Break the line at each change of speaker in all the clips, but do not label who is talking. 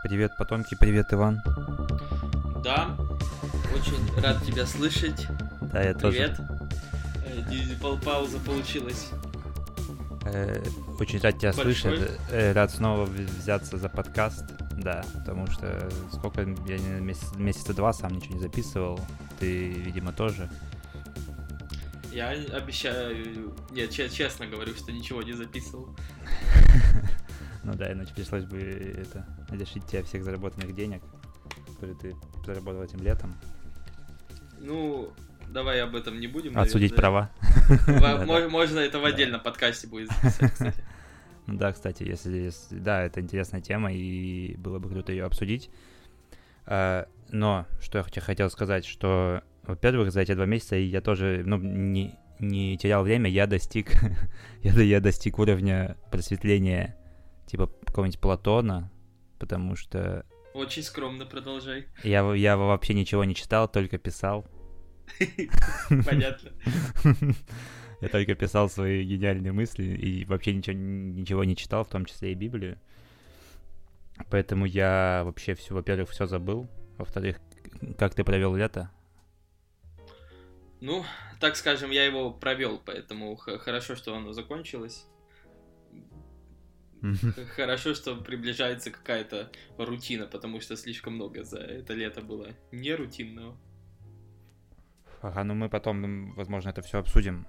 Привет, потомки, привет, Иван.
Да, очень рад тебя слышать.
Да, я
Привет.
тоже.
Пауза получилась.
Очень рад тебя
Большой.
слышать. Рад снова взяться за подкаст. Да, потому что сколько я месяца два сам ничего не записывал. Ты, видимо, тоже.
Я обещаю... Нет, честно говорю, что ничего не записывал.
Ну да, иначе пришлось бы лишить тебя всех заработанных денег, которые ты заработал этим летом.
Ну, давай об этом не будем.
Отсудить права.
Можно это в отдельном подкасте будет записать, кстати.
Ну да, кстати, если... Да, это интересная тема, и было бы круто ее обсудить. Но, что я хотел сказать, что, во-первых, за эти 2 месяца я тоже, не терял время, я достиг уровня просветления типа какого-нибудь Платона, потому что...
Очень скромно, продолжай.
Я вообще ничего не читал, только писал.
Понятно.
Я только писал свои гениальные мысли и вообще ничего не читал, в том числе и Библию. Поэтому я вообще во-первых, все забыл. Во-вторых, как ты провел лето?
Ну, так скажем, я его провел, поэтому хорошо, что оно закончилось. Хорошо, что приближается какая-то рутина, потому что слишком много за это лето было нерутинного.
Ага, ну мы потом, возможно, это все обсудим.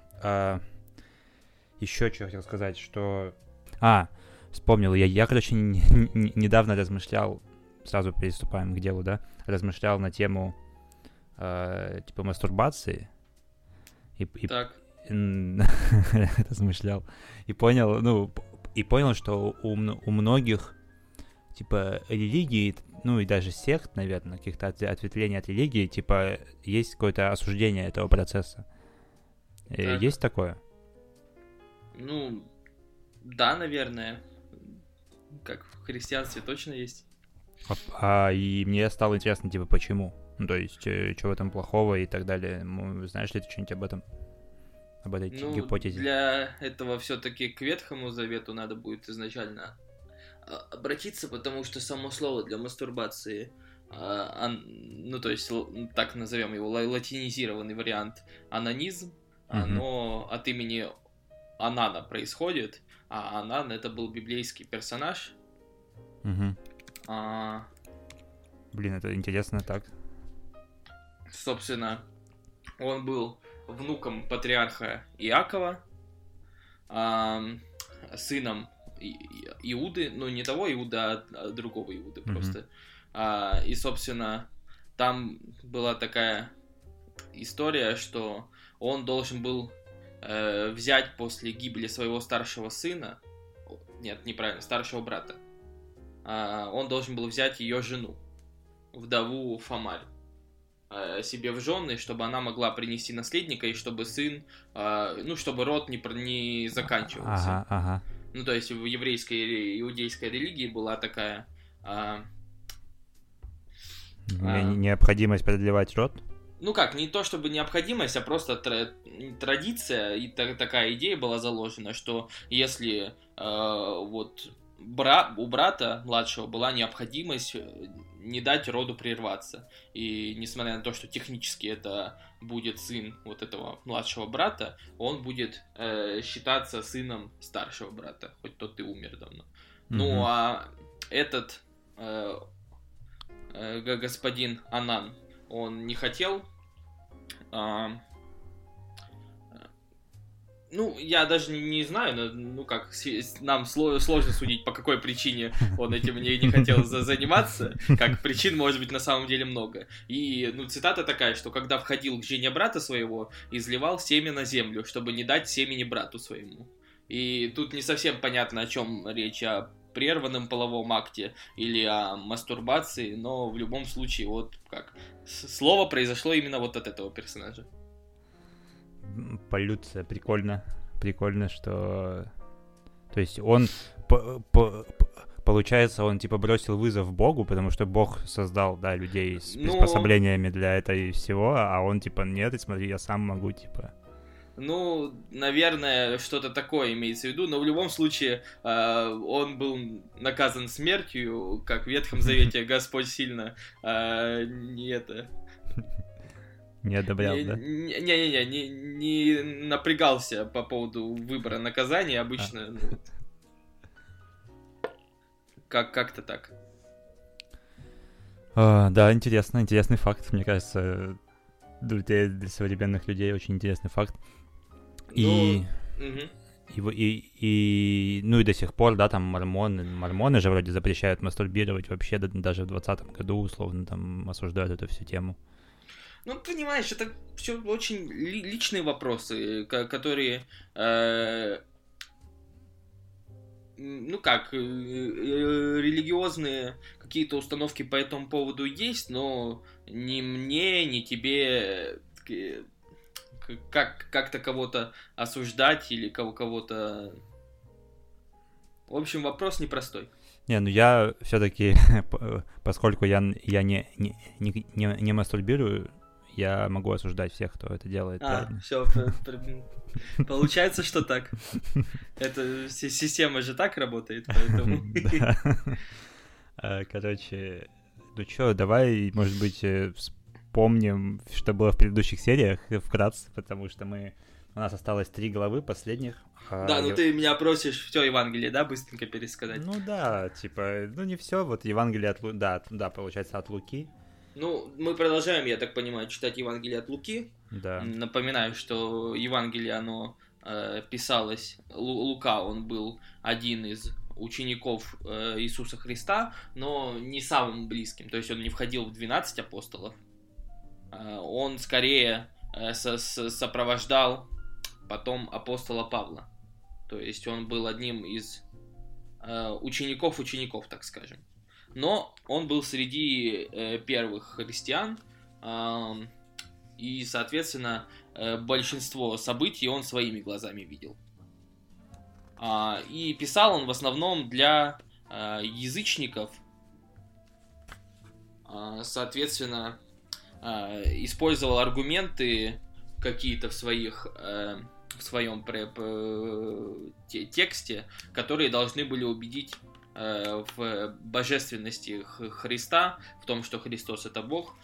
Еще что хотел сказать, что... Вспомнил, я короче, недавно размышлял, сразу приступаем к делу, да, размышлял на тему, типа, мастурбации.
Так.
Размышлял. И понял, что у многих, типа, религий, ну и даже сект, наверное, каких-то ответвлений от религии, типа, есть какое-то осуждение этого процесса.
Так.
Есть такое?
Ну, да, наверное. Как в христианстве точно есть.
И мне стало интересно, типа, почему? Ну, то есть, что в этом плохого и так далее. Знаешь ли ты что-нибудь об этом? Об этой гипотезе?
Для этого все-таки к Ветхому Завету надо будет изначально обратиться, потому что само слово для мастурбации, ну, то есть, так назовем его, латинизированный вариант анонизм, оно от имени Анана происходит, а Анан это был библейский персонаж.
Блин, это интересно так.
Собственно, он был внуком патриарха Иакова, сыном Иуды, ну не того Иуда, а другого Иуды просто. И, собственно, там была такая история, что он должен был взять после гибели своего старшего сына, нет, неправильно, старшего брата, он должен был взять ее жену, вдову Фомарь, себе в жены, чтобы она могла принести наследника, и чтобы сын, ну, чтобы род не заканчивался.
Ага.
Ну, то есть в еврейской и иудейской религии была такая...
необходимость продлевать род?
Ну как, не то чтобы необходимость, а просто традиция, и такая идея была заложена, что если у брата младшего была необходимость не дать роду прерваться. И несмотря на то, что технически это будет сын вот этого младшего брата, он будет считаться сыном старшего брата, хоть тот и умер давно. Ну а этот господин Анан, он не хотел... Ну, я даже не знаю, ну как, нам сложно судить, по какой причине он этим не хотел заниматься, как причин может быть на самом деле много. И, ну, цитата такая, что когда входил к жене брата своего, изливал семя на землю, чтобы не дать семени брату своему. И тут не совсем понятно, о чем речь, о прерванном половом акте или о мастурбации, но в любом случае, вот как, слово произошло именно вот от этого персонажа.
Полюция, прикольно, что... То есть он, получается, он типа бросил вызов Богу, потому что Бог создал, да, людей с приспособлениями для этого и всего, а он типа, нет, и смотри, я сам могу, типа...
Ну, наверное, что-то такое имеется в виду, но в любом случае он был наказан смертью, как в Ветхом Завете Господь сильно
Не одобрял, да?
не напрягался по поводу выбора наказания, обычно как-то так.
Да, интересный факт, мне кажется, для современных людей очень интересный факт. И до сих пор, да, там мормоны же вроде запрещают мастурбировать вообще, даже в 2020 году, условно, там осуждают эту всю тему.
Ну, понимаешь, это все очень личные вопросы, которые, религиозные какие-то установки по этому поводу есть, но ни мне, ни тебе как-то кого-то осуждать или кого-то... В общем, вопрос непростой.
Ну я все-таки, поскольку я не мастурбирую, я могу осуждать всех, кто это делает.
Все, получается, что так. Эта система же так работает, поэтому...
Короче, ну чё, давай, может быть, вспомним, что было в предыдущих сериях вкратце, потому что у нас осталось 3 главы последних.
Да, ты меня просишь все Евангелие, да, быстренько пересказать?
Ну да, не все, вот Евангелие от да, получается, от Луки.
Ну, мы продолжаем, я так понимаю, читать Евангелие от Луки.
Да.
Напоминаю, что Евангелие, оно писалось... Лука, он был один из учеников Иисуса Христа, но не самым близким. То есть он не входил в 12 апостолов. Он скорее сопровождал потом апостола Павла. То есть он был одним из учеников, так скажем. Но он был среди первых христиан, и, соответственно, большинство событий он своими глазами видел. И писал он в основном для язычников, соответственно, использовал аргументы какие-то в своем тексте, которые должны были убедить в божественности Христа, в том, что Христос — это Бог,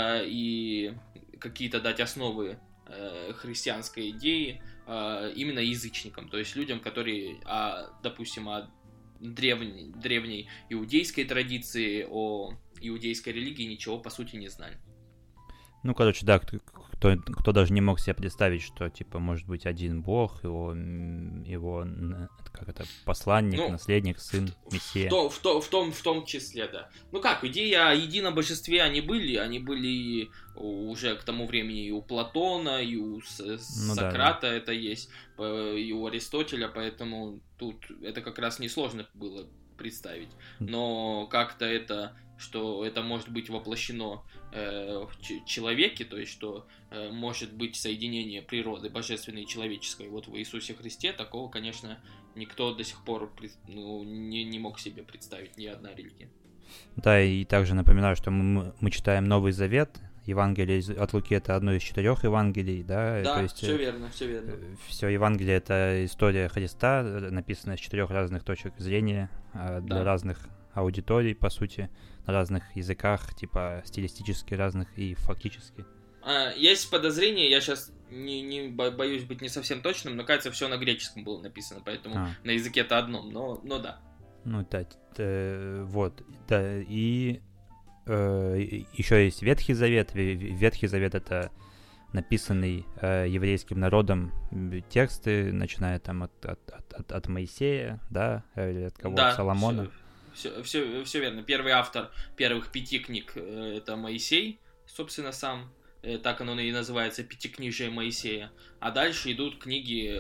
и какие-то дать основы христианской идеи именно язычникам, то есть людям, которые, допустим, о древней иудейской традиции, о иудейской религии ничего, по сути, не знали.
Ну, короче, да, кто даже не мог себе представить, что, может быть один бог, его как это, посланник, наследник, сын, мессия.
В том числе, да. Идеи о едином божестве, они были уже к тому времени и у Платона, и у Сократа это есть, и у Аристотеля, поэтому тут это как раз несложно было представить. Но как-то что это может быть воплощено в человеке, то есть что может быть соединение природы божественной и человеческой вот в Иисусе Христе, такого, конечно, никто до сих пор не мог себе представить, ни одна религия.
Да, и также напоминаю, что мы читаем Новый Завет. Евангелие от Луки — это одно из 4 Евангелий, да?
Да,
то есть,
все верно.
Все Евангелие — это история Христа, написанная с 4 разных точек зрения, для разных аудиторий, по сути, на разных языках, стилистически разных и фактически.
Есть подозрение, я сейчас не боюсь быть не совсем точным, но, кажется, все на греческом было написано, поэтому на языке-то одном, но да.
Ну, да, вот, да, и еще есть Ветхий Завет. Ветхий Завет — это написанный еврейским народом тексты, начиная там от Моисея, да, или от кого-то,
да,
Соломона.
Все верно. Первый автор первых 5 книг — это Моисей, собственно, сам. Так оно и называется, Пятикнижие Моисея. А дальше идут книги,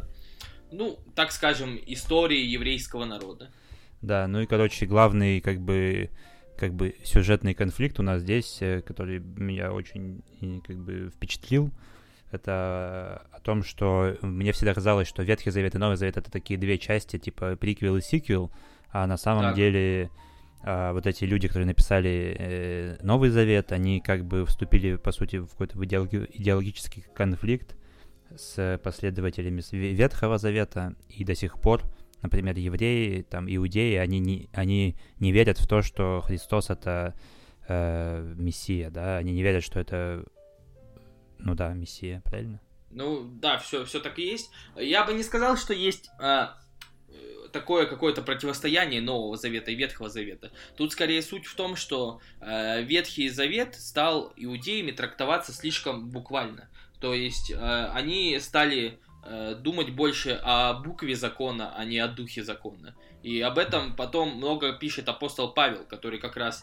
так скажем, истории еврейского народа.
Да, главный, как бы сюжетный конфликт у нас здесь, который меня очень, впечатлил, это о том, что мне всегда казалось, что Ветхий Завет и Новый Завет — это такие 2 части, приквел и сиквел, а на самом деле вот эти люди, которые написали Новый Завет, они вступили, по сути, в какой-то идеологический конфликт с последователями Ветхого Завета, и до сих пор, например, евреи, там, иудеи, они не верят в то, что Христос — это Мессия, да, они не верят, что это, ну да, Мессия, правильно?
Ну, да, все так и есть. Я бы не сказал, что есть такое какое-то противостояние Нового Завета и Ветхого Завета. Тут скорее суть в том, что Ветхий Завет стал иудеями трактоваться слишком буквально. То есть они стали думать больше о букве закона, а не о духе закона. И об этом потом много пишет апостол Павел, который как раз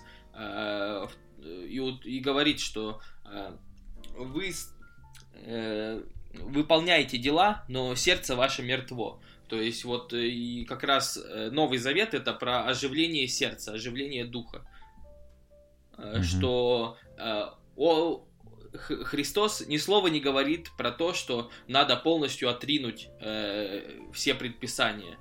и говорит, что вы выполняете дела, но сердце ваше мертво. То есть вот и как раз Новый Завет — это про оживление сердца, оживление духа. Что Христос ни слова не говорит про то, что надо полностью отринуть все предписания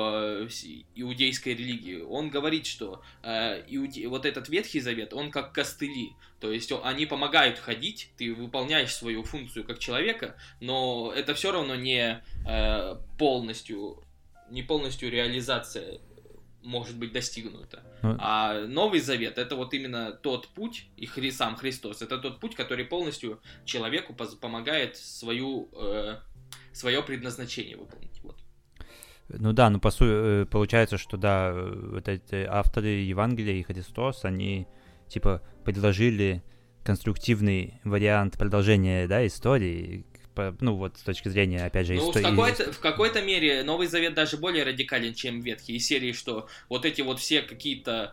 иудейской религии. Он говорит, что вот этот Ветхий Завет, он как костыли. То есть они помогают ходить, ты выполняешь свою функцию как человека, но это все равно не полностью реализация может быть достигнута. А Новый Завет — это вот именно тот путь, и сам Христос — это тот путь, который полностью человеку помогает свое предназначение выполнить. Вот.
Ну да, ну по сути получается, что да, вот эти авторы Евангелия и Христос, они типа предложили конструктивный вариант продолжения, да, истории, ну вот с точки зрения, опять же,
истории. В какой-то мере Новый Завет даже более радикален, чем Ветхий, из серии, что вот эти вот все какие-то,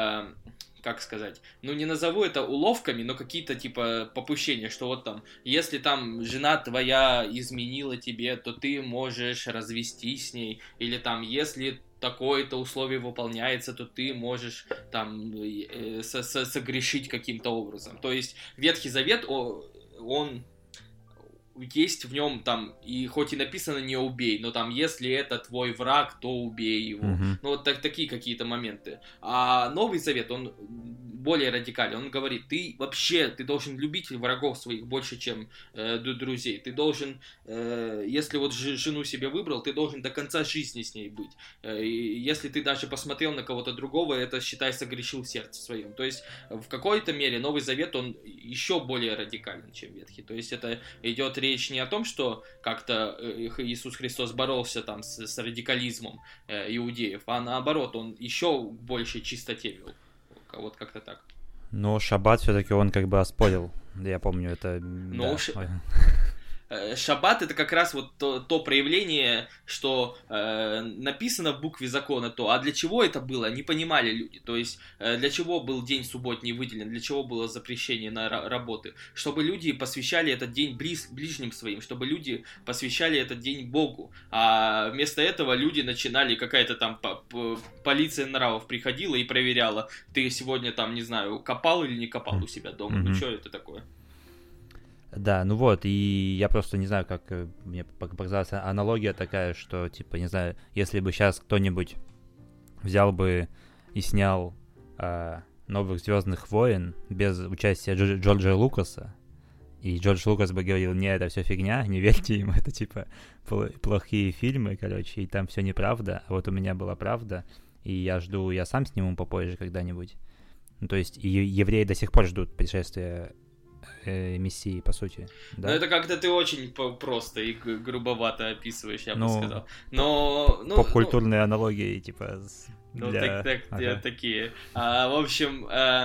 как сказать, ну не назову это уловками, но какие-то типа попущения, что вот там, если там жена твоя изменила тебе, то ты можешь развестись с ней, или там, если такое-то условие выполняется, то ты можешь там согрешить каким-то образом. То есть Ветхий Завет, он есть в нем там, и хоть и написано не убей, но там, если это твой враг, то убей его. Ну, вот такие какие-то моменты. А Новый Завет, он более радикален. Он говорит, ты должен любить врагов своих больше, чем друзей. Ты должен, если вот жену себе выбрал, ты должен до конца жизни с ней быть. И если ты даже посмотрел на кого-то другого, это, считай, согрешил в сердце своем. То есть, в какой-то мере Новый Завет, он еще более радикален, чем Ветхий. То есть, это идет речь не о том, что как-то Иисус Христос боролся там с радикализмом иудеев, а наоборот, он еще к большей чистоте вел. Вот как-то так.
Но шаббат все-таки он как бы оспорил. Я помню, это...
Шаббат — это как раз вот то проявление, что написано в букве закона, а для чего это было, не понимали люди. То есть для чего был день субботний выделен, для чего было запрещение на работы. Чтобы люди посвящали этот день ближним своим, чтобы люди посвящали этот день Богу. А вместо этого люди начинали, какая-то там полиция нравов приходила и проверяла, ты сегодня там, не знаю, копал или не копал у себя дома. Ну что это такое?
Да, ну вот, и я просто не знаю, как мне показалась аналогия такая, что, типа, не знаю, если бы сейчас кто-нибудь взял бы и снял новых «Звездных войн» без участия Джорджа Лукаса, и Джордж Лукас бы говорил, не, это все фигня, не верьте им, это, типа, плохие фильмы, короче, и там все неправда, а вот у меня была правда, и я сам сниму попозже когда-нибудь. Ну, то есть и евреи до сих пор ждут пришествия Мессии, по сути. Да?
Ну, это как-то ты очень просто и грубовато описываешь, я бы сказал. Но...
Поп-культурные аналогии, типа...
Такие. В общем,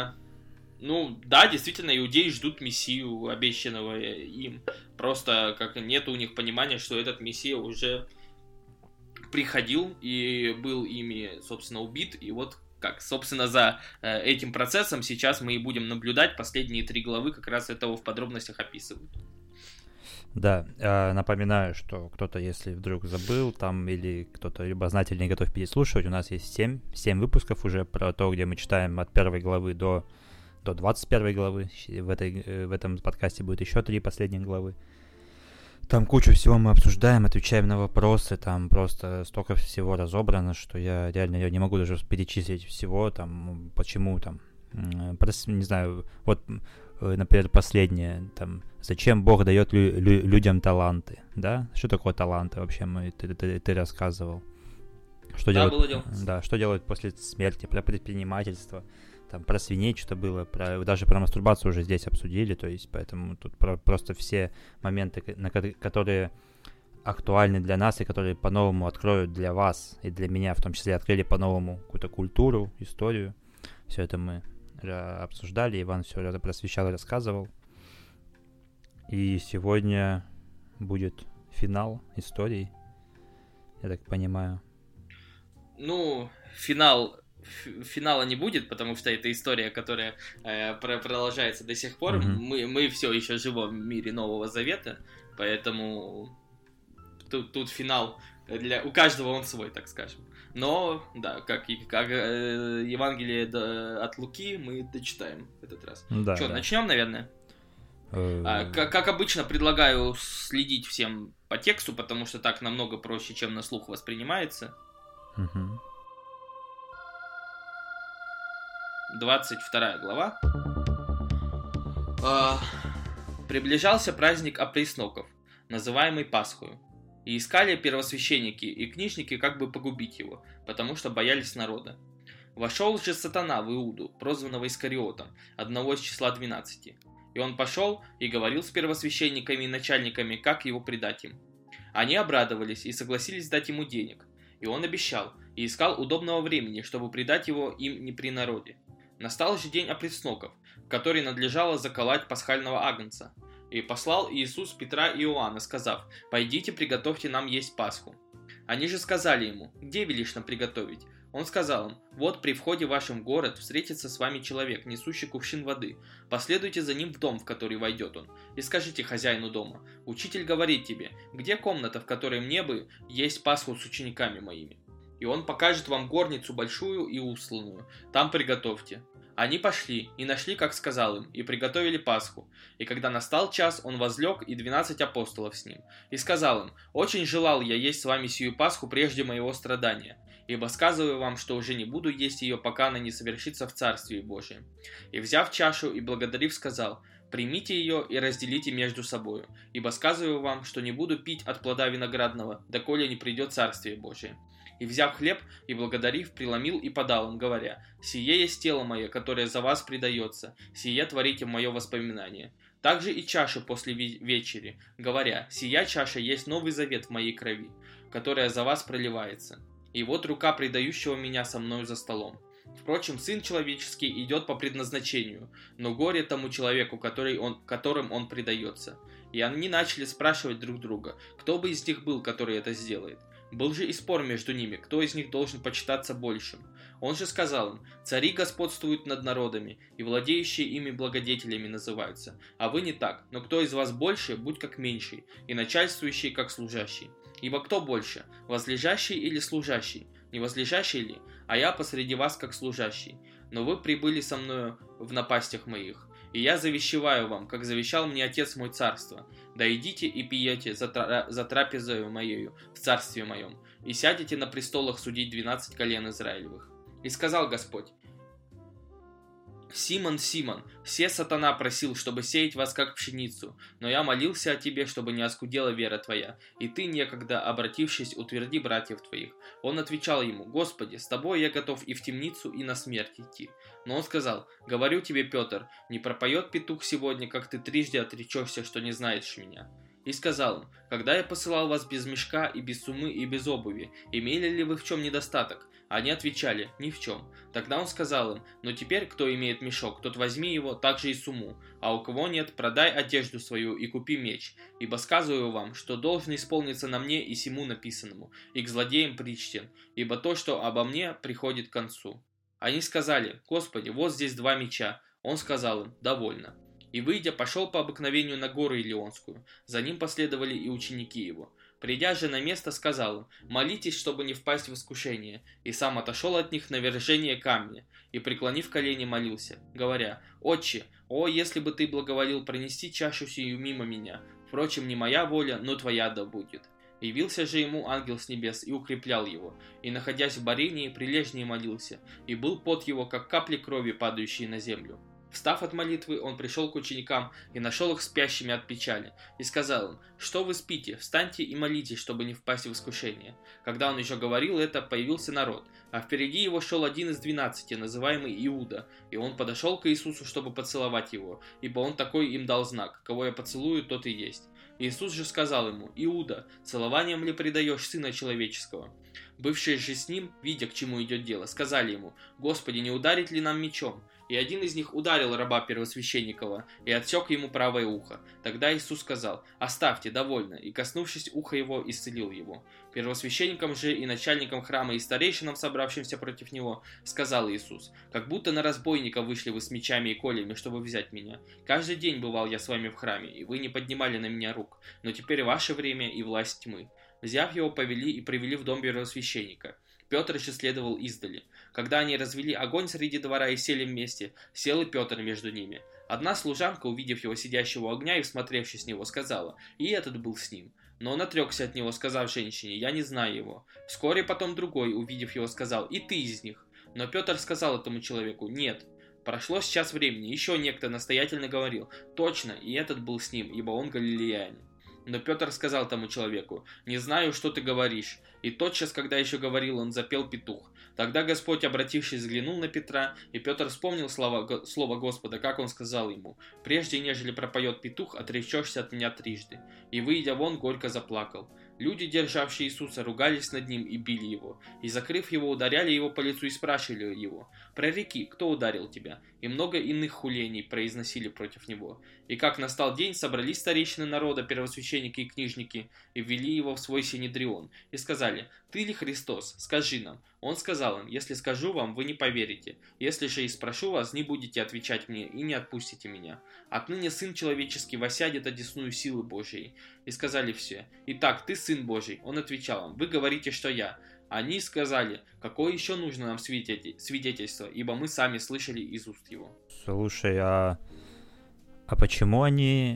да, действительно, иудеи ждут Мессию, обещанного им. Просто как нет у них понимания, что этот Мессия уже приходил и был ими, собственно, убит, и вот собственно, за этим процессом сейчас мы и будем наблюдать. Последние 3 главы как раз этого в подробностях описывают.
Да, напоминаю, что кто-то, если вдруг забыл, там, или кто-то любознательный готов переслушивать, у нас есть 7 выпусков уже про то, где мы читаем от 1 главы до 21 главы. В этом подкасте будет еще 3 последних главы. Там кучу всего мы обсуждаем, отвечаем на вопросы, там просто столько всего разобрано, что я реально не могу даже перечислить всего, там, почему там, просто, не знаю, вот например, последнее, там, зачем Бог дает людям таланты, да? Что такое таланты вообще, ты рассказывал. Что
да,
делают,
было дело.
Да, что делают после смерти, про предпринимательство, там, про свиней что-то было, даже про мастурбацию уже здесь обсудили, то есть, поэтому тут просто все моменты, которые актуальны для нас и которые по-новому откроют для вас и для меня, в том числе, открыли по-новому какую-то культуру, историю. Все это мы обсуждали, Иван все это просвещал и рассказывал. И сегодня будет финал истории, я так понимаю.
Ну, финала не будет, потому что это история, которая продолжается до сих пор. Мы все еще живем в мире Нового Завета, поэтому тут финал у каждого он свой, так скажем. Но, да, как Евангелие от Луки мы дочитаем в этот раз.
Да,
что, начнем, наверное? Как обычно, предлагаю следить всем по тексту, потому что так намного проще, чем на слух воспринимается. 22 глава. Приближался праздник опресноков, называемый Пасхою. И искали первосвященники и книжники, как бы погубить его, потому что боялись народа. Вошел же сатана в Иуду, прозванного Искариотом, одного из числа 12. И он пошел и говорил с первосвященниками и начальниками, как его предать им. Они обрадовались и согласились дать ему денег. И он обещал, и искал удобного времени, чтобы предать его им не при народе. Настал же день опресноков, в который надлежало заколоть пасхального агнца. И послал Иисус Петра и Иоанна, сказав: «Пойдите, приготовьте нам есть Пасху». Они же сказали ему: «Где велишь нам приготовить?» Он сказал им: «Вот при входе вашем в город встретится с вами человек, несущий кувшин воды. Последуйте за ним в дом, в который войдет он, и скажите хозяину дома: учитель говорит тебе, где комната, в которой мне бы есть Пасху с учениками моими? И он покажет вам горницу большую и устланную, там приготовьте». Они пошли и нашли, как сказал им, и приготовили Пасху. И когда настал час, он возлег, и 12 апостолов с ним. И сказал им: «Очень желал я есть с вами сию Пасху прежде моего страдания. Ибо сказываю вам, что уже не буду есть ее, пока она не совершится в Царстве Божьем». И взяв чашу и благодарив, сказал: «Примите ее и разделите между собою, ибо сказываю вам, что не буду пить от плода виноградного, доколе не придет Царствие Божие». И взяв хлеб и благодарив, преломил и подал им, говоря: «Сие есть тело мое, которое за вас предается, сие творите в мое воспоминание». Также и чашу после вечери, говоря: «Сия чаша есть новый завет в моей крови, которая за вас проливается. И вот рука предающего меня со мною за столом. Впрочем, Сын Человеческий идет по предназначению, но горе тому человеку, которым он предается». И они начали спрашивать друг друга, кто бы из них был, который это сделает. Был же и спор между ними, кто из них должен почитаться большим. Он же сказал им: «Цари господствуют над народами, и владеющие ими благодетелями называются. А вы не так, но кто из вас больше, будь как меньший, и начальствующий, как служащий. Ибо кто больше, возлежащий или служащий? Не возлежащий ли? А я посреди вас, как служащий. Но вы прибыли со мною в напастях моих. И я завещеваю вам, как завещал мне Отец мой царство. Да идите и пиете за трапезою моею в царстве моем, и сядете на престолах судить 12 колен Израилевых». И сказал Господь: «Симон, Симон, се сатана просил, чтобы сеять вас как пшеницу, но я молился о тебе, чтобы не оскудела вера твоя, и ты, некогда обратившись, утверди братьев твоих». Он отвечал ему: «Господи, с тобой я готов и в темницу, и на смерть идти». Но он сказал: «Говорю тебе, Петр, не пропоет петух сегодня, как ты трижды отречешься, что не знаешь меня». И сказал им: «Когда я посылал вас без мешка и без сумы и без обуви, имели ли вы в чем недостаток?» Они отвечали: «Ни в чем». Тогда он сказал им: «Но теперь, кто имеет мешок, тот возьми его, также и сумму, а у кого нет, продай одежду свою и купи меч, ибо сказываю вам, что должно исполниться на мне и сему написанному, и к злодеям причтен, ибо то, что обо мне, приходит к концу». Они сказали: «Господи, вот здесь 2 меча». Он сказал им: «Довольно». И, выйдя, пошел по обыкновению на гору Илионскую. За ним последовали и ученики его. Придя же на место, сказал им: «Молитесь, чтобы не впасть в искушение». И сам отошел от них на вержение камня, и, преклонив колени, молился, говоря: «Отче, о, если бы ты благоволил пронести чашу сию мимо меня, впрочем, не моя воля, но твоя да будет». Явился же ему ангел с небес и укреплял его, и, находясь в борении, прилежнее молился, и был пот его, как капли крови, падающие на землю. Встав от молитвы, он пришел к ученикам и нашел их спящими от печали, и сказал им: «Что вы спите? Встаньте и молитесь, чтобы не впасть в искушение». Когда он еще говорил это, появился народ, а впереди его шел один из 12, называемый Иуда, и он подошел к Иисусу, чтобы поцеловать его, ибо он такой им дал знак: «Кого я поцелую, тот и есть». Иисус же сказал ему: «Иуда, целованием ли предаешь Сына Человеческого?» Бывшие же с ним, видя, к чему идет дело, сказали ему: «Господи, не ударить ли нам мечом?» И один из них ударил раба первосвященникова и отсек ему правое ухо. Тогда Иисус сказал: «Оставьте, довольно», и, коснувшись уха его, исцелил его. Первосвященникам же и начальникам храма и старейшинам, собравшимся против него, сказал Иисус: «Как будто на разбойника вышли вы с мечами и кольями, чтобы взять меня. Каждый день бывал я с вами в храме, и вы не поднимали на меня рук, но теперь ваше время и власть тьмы». Взяв его, повели и привели в дом первосвященника. Петр еще следовал издали. Когда они развели огонь среди двора и сели вместе, сел и Петр между ними. Одна служанка, увидев его сидящего у огня и всмотревшись в него, сказала: «И этот был с ним». Но он отрекся от него, сказав женщине: «Я не знаю его». Вскоре потом другой, увидев его, сказал: «И ты из них». Но Петр сказал этому человеку: «Нет». Прошло час времени, еще некто настоятельно говорил: «Точно, и этот был с ним, ибо он галилеянин». Но Петр сказал тому человеку: «Не знаю, что ты говоришь». И тотчас, когда еще говорил он, запел петух. Тогда Господь, обратившись, взглянул на Петра, и Петр вспомнил слово Господа, как он сказал ему: «Прежде, нежели пропоет петух, отречешься от меня трижды». И, выйдя вон, горько заплакал. Люди, державшие Иисуса, ругались над ним и били его, и, закрыв его, ударяли его по лицу и спрашивали его: «Прореки, кто ударил тебя?» И много иных хулений произносили против него. И как настал день, собрались старейшины народа, первосвященники и книжники, и ввели его в свой синедрион, и сказали: «Ты ли Христос? Скажи нам». Он сказал им: «Если скажу вам, вы не поверите. Если же и спрошу вас, не будете отвечать мне и не отпустите меня. Отныне Сын Человеческий восядет одесную силы Божией». И сказали все: «Итак, ты Сын Божий». Он отвечал им: «Вы говорите, что я». Они сказали: «Какое еще нужно нам свидетельство, ибо мы сами слышали из уст его».
Слушай, а почему они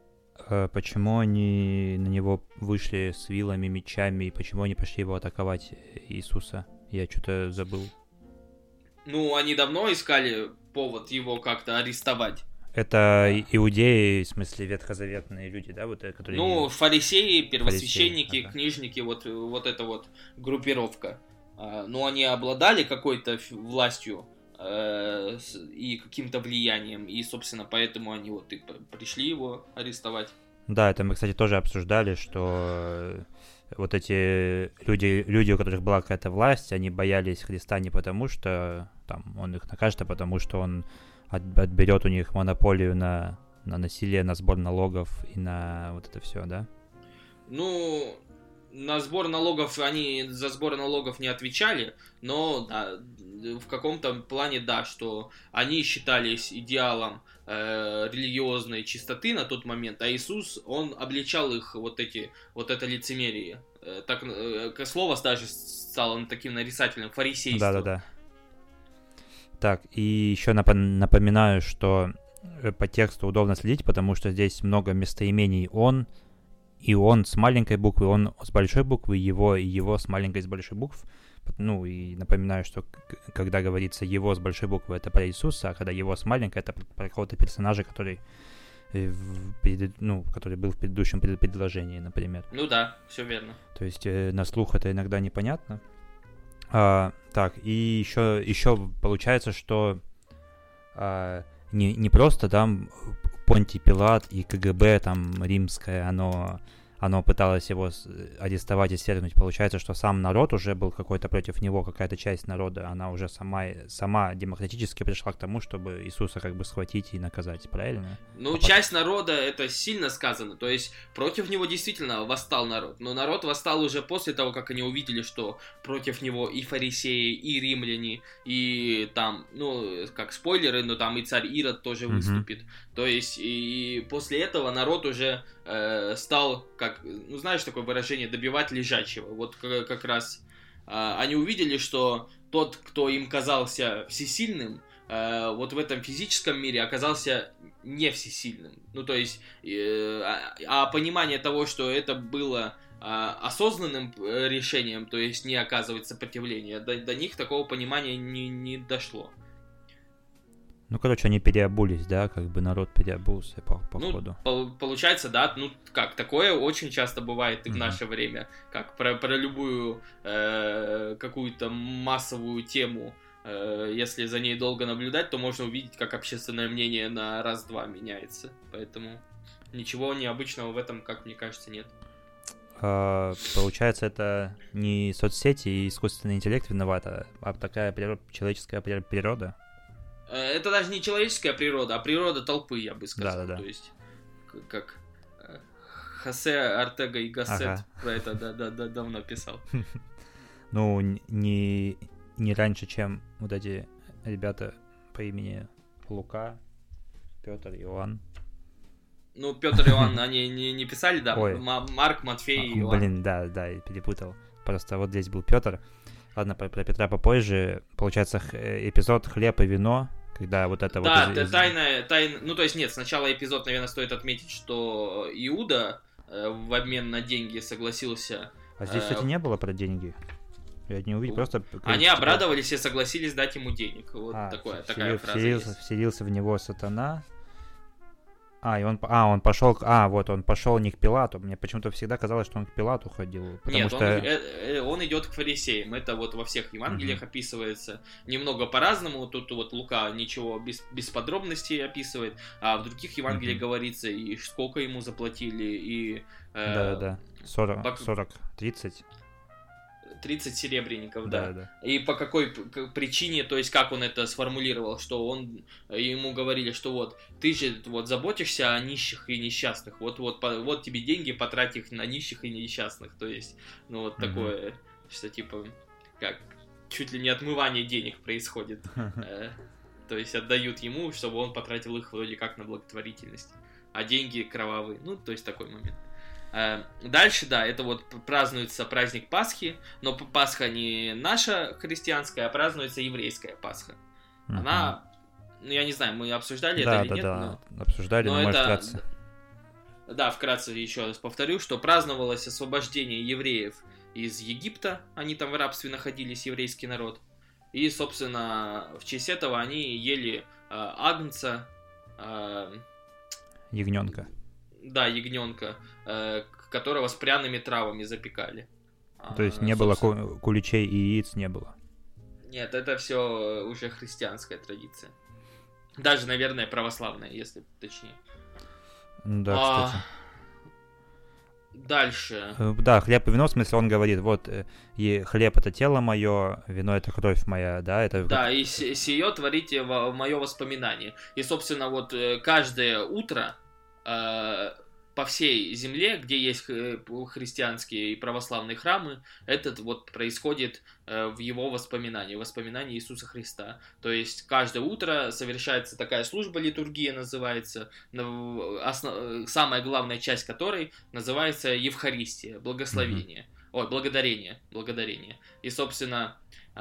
на него вышли с вилами, мечами, и почему они пошли его атаковать, Иисуса? Я что-то забыл.
Ну, они давно искали повод его как-то арестовать.
Это иудеи, в смысле ветхозаветные люди, да, вот которые...
Ну, фарисеи, первосвященники,
ага.
Книжники, вот эта вот группировка. Ну, они обладали какой-то властью и каким-то влиянием, и, собственно, поэтому они вот и пришли его арестовать.
Да, это мы, кстати, тоже обсуждали, что вот эти люди, у которых была какая-то власть, они боялись Христа не потому, что там он их накажет, а потому что он отберет у них монополию на насилие, на сбор налогов и на вот это все, да?
Ну, на сбор налогов они за сбор налогов не отвечали, но да, в каком-то плане да, что они считались идеалом религиозной чистоты на тот момент, а Иисус, он обличал их вот это лицемерие. Так, слово даже стало таким нарицательным, фарисейством.
Да. Так, и еще напоминаю, что по тексту удобно следить, потому что здесь много местоимений «он», и «он» с маленькой буквы, «он» с большой буквы, «его» и «его» с маленькой и с большой букв. Ну, и напоминаю, что когда говорится «его» с большой буквы, это про Иисуса, а когда «его» с маленькой, это про какого-то персонажа, который был в предыдущем предложении, например.
Ну да, все верно.
То есть на слух это иногда непонятно. Так, и еще получается, что не просто там Понтий Пилат и КГБ там римское, оно пыталось его арестовать и свергнуть. Получается, что сам народ уже был какой-то против него, какая-то часть народа, она уже сама демократически пришла к тому, чтобы Иисуса как бы схватить и наказать, правильно?
Ну, часть народа, это сильно сказано, то есть против него действительно восстал народ, но народ восстал уже после того, как они увидели, что против него и фарисеи, и римляне, и там, ну, как спойлеры, но там и царь Ирод тоже выступит, то есть и после этого народ уже стал, как, ну, знаешь, такое выражение, добивать лежачего. Вот как раз они увидели, что тот, кто им казался всесильным, вот в этом физическом мире оказался не всесильным. Ну, то есть, а понимание того, что это было осознанным решением, то есть не оказывать сопротивления, до них такого понимания не дошло.
Ну, короче, они переобулись, да, как бы народ переобулся по ходу.
Получается, да, ну, как, такое очень часто бывает и в наше время, как про любую какую-то массовую тему, если за ней долго наблюдать, то можно увидеть, как общественное мнение на раз-два меняется, поэтому ничего необычного в этом, как мне кажется, нет.
Получается, это не соцсети и искусственный интеллект виновата, а такая человеческая природа.
Это даже не человеческая природа, а природа толпы, я бы сказал.
Да.
То есть, как Хосе Ортега и Гассет про это давно писал.
Ну, не раньше, чем вот эти ребята по имени Лука, Петр, Иоанн.
Ну, Петр и Иоанн, они не писали, да?
Ой.
Марк, Матфей и Иоанн.
Блин, да, я перепутал. Просто вот здесь был Петр. Ладно, про Петра попозже. Получается, эпизод «Хлеб и вино», когда вот это
да,
вот...
Да, тайна... Ну, то есть, нет, сначала эпизод, наверное, стоит отметить, что Иуда в обмен на деньги согласился...
А здесь, кстати, не было про деньги. Я не увидел, просто...
Они обрадовались и согласились дать ему денег. Вот такая фраза есть.
Вселился в него сатана... Он пошел не к Пилату. Мне почему-то всегда казалось, что он к Пилату ходил.
Нет,
что...
он идет к фарисеям. Это вот во всех Евангелиях описывается немного по-разному. Тут вот Лука ничего без подробностей описывает, а в других Евангелиях говорится, и сколько ему заплатили, и...
Да. 30
серебряников, да. И по какой причине, то есть как он это сформулировал, что ему говорили, что вот ты же вот заботишься о нищих и несчастных, вот тебе деньги, потрать их на нищих и несчастных, то есть, ну вот такое, что типа, как чуть ли не отмывание денег происходит, то есть отдают ему, чтобы он потратил их вроде как на благотворительность, а деньги кровавые, ну то есть такой момент. Дальше, да, это вот празднуется праздник Пасхи, но Пасха не наша христианская, а празднуется еврейская Пасха. Она, ну я не знаю, мы обсуждали это или нет.
Да, обсуждали, но может вкратце.
Да, вкратце еще раз повторю, что праздновалось освобождение евреев из Египта, они там в рабстве находились, еврейский народ, и, собственно, в честь этого они ели агнца.
Ягненка.
Да, ягненка, которого с пряными травами запекали.
То есть не было куличей и яиц не было?
Нет, это все уже христианская традиция. Даже, наверное, православная, если точнее.
Да, кстати.
Дальше.
Да, хлеб и вино, в смысле, он говорит, вот, и хлеб — это тело мое, вино — это кровь моя, да? Это...
Да, и сие творите в мое воспоминание. И, собственно, вот каждое утро по всей земле, где есть христианские и православные храмы, это вот происходит в его воспоминании Иисуса Христа. То есть каждое утро совершается такая служба, литургия называется, самая главная часть которой называется Евхаристия, благословение, благодарение. И, собственно,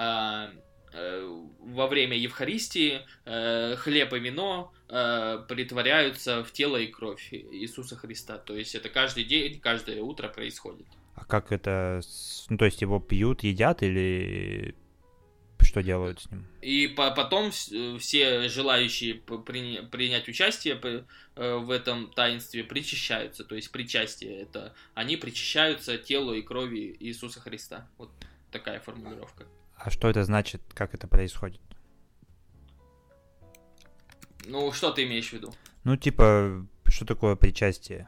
во время Евхаристии хлеб и вино притворяются в тело и кровь Иисуса Христа. То есть это каждый день, каждое утро происходит.
А как это? Ну, то есть его пьют, едят или что делают с ним?
И потом все желающие принять участие в этом таинстве причащаются. То есть причастие — это они причащаются телу и крови Иисуса Христа. Вот такая формулировка.
А что это значит, как это происходит?
Ну, что ты имеешь в виду?
Ну, типа, что такое причастие?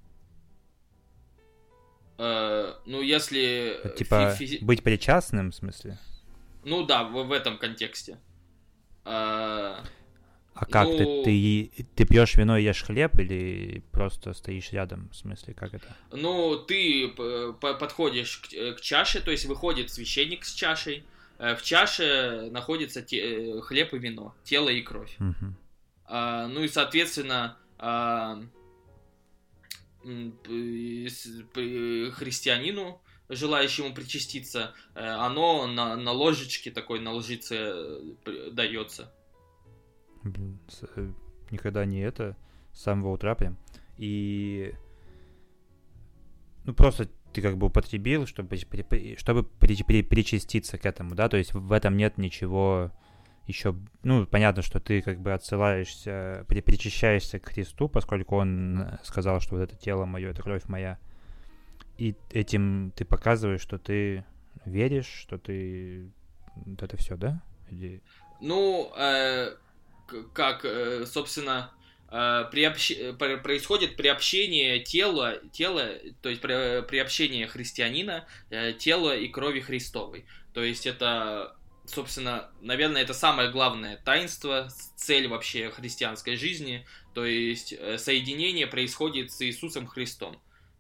Ну, если...
Типа, быть причастным, в смысле?
Ну да, в этом контексте.
А как? Ты пьешь вино и ешь хлеб или просто стоишь рядом? В смысле, как это?
Ну, ты подходишь к чаше, то есть выходит священник с чашей. В чаше находится хлеб и вино, тело и кровь. Ну и, соответственно, христианину, желающему причаститься, оно на ложечке такой, на лжице дается.
Блин, никогда не это, с самого утра прям. И, ну, просто ты как бы употребил, чтобы причаститься к этому, да, то есть в этом нет ничего еще, ну, понятно, что ты как бы отсылаешься, причащаешься к Христу, поскольку он сказал, что вот это тело мое, это кровь моя. И этим ты показываешь, что ты веришь, что ты... Вот это все, да? Или...
Ну, собственно, происходит приобщение тела, то есть приобщение христианина тела и крови Христовой. То есть это, собственно, наверное, это самое главное таинство, цель вообще христианской жизни. То есть соединение происходит с Иисусом Христом.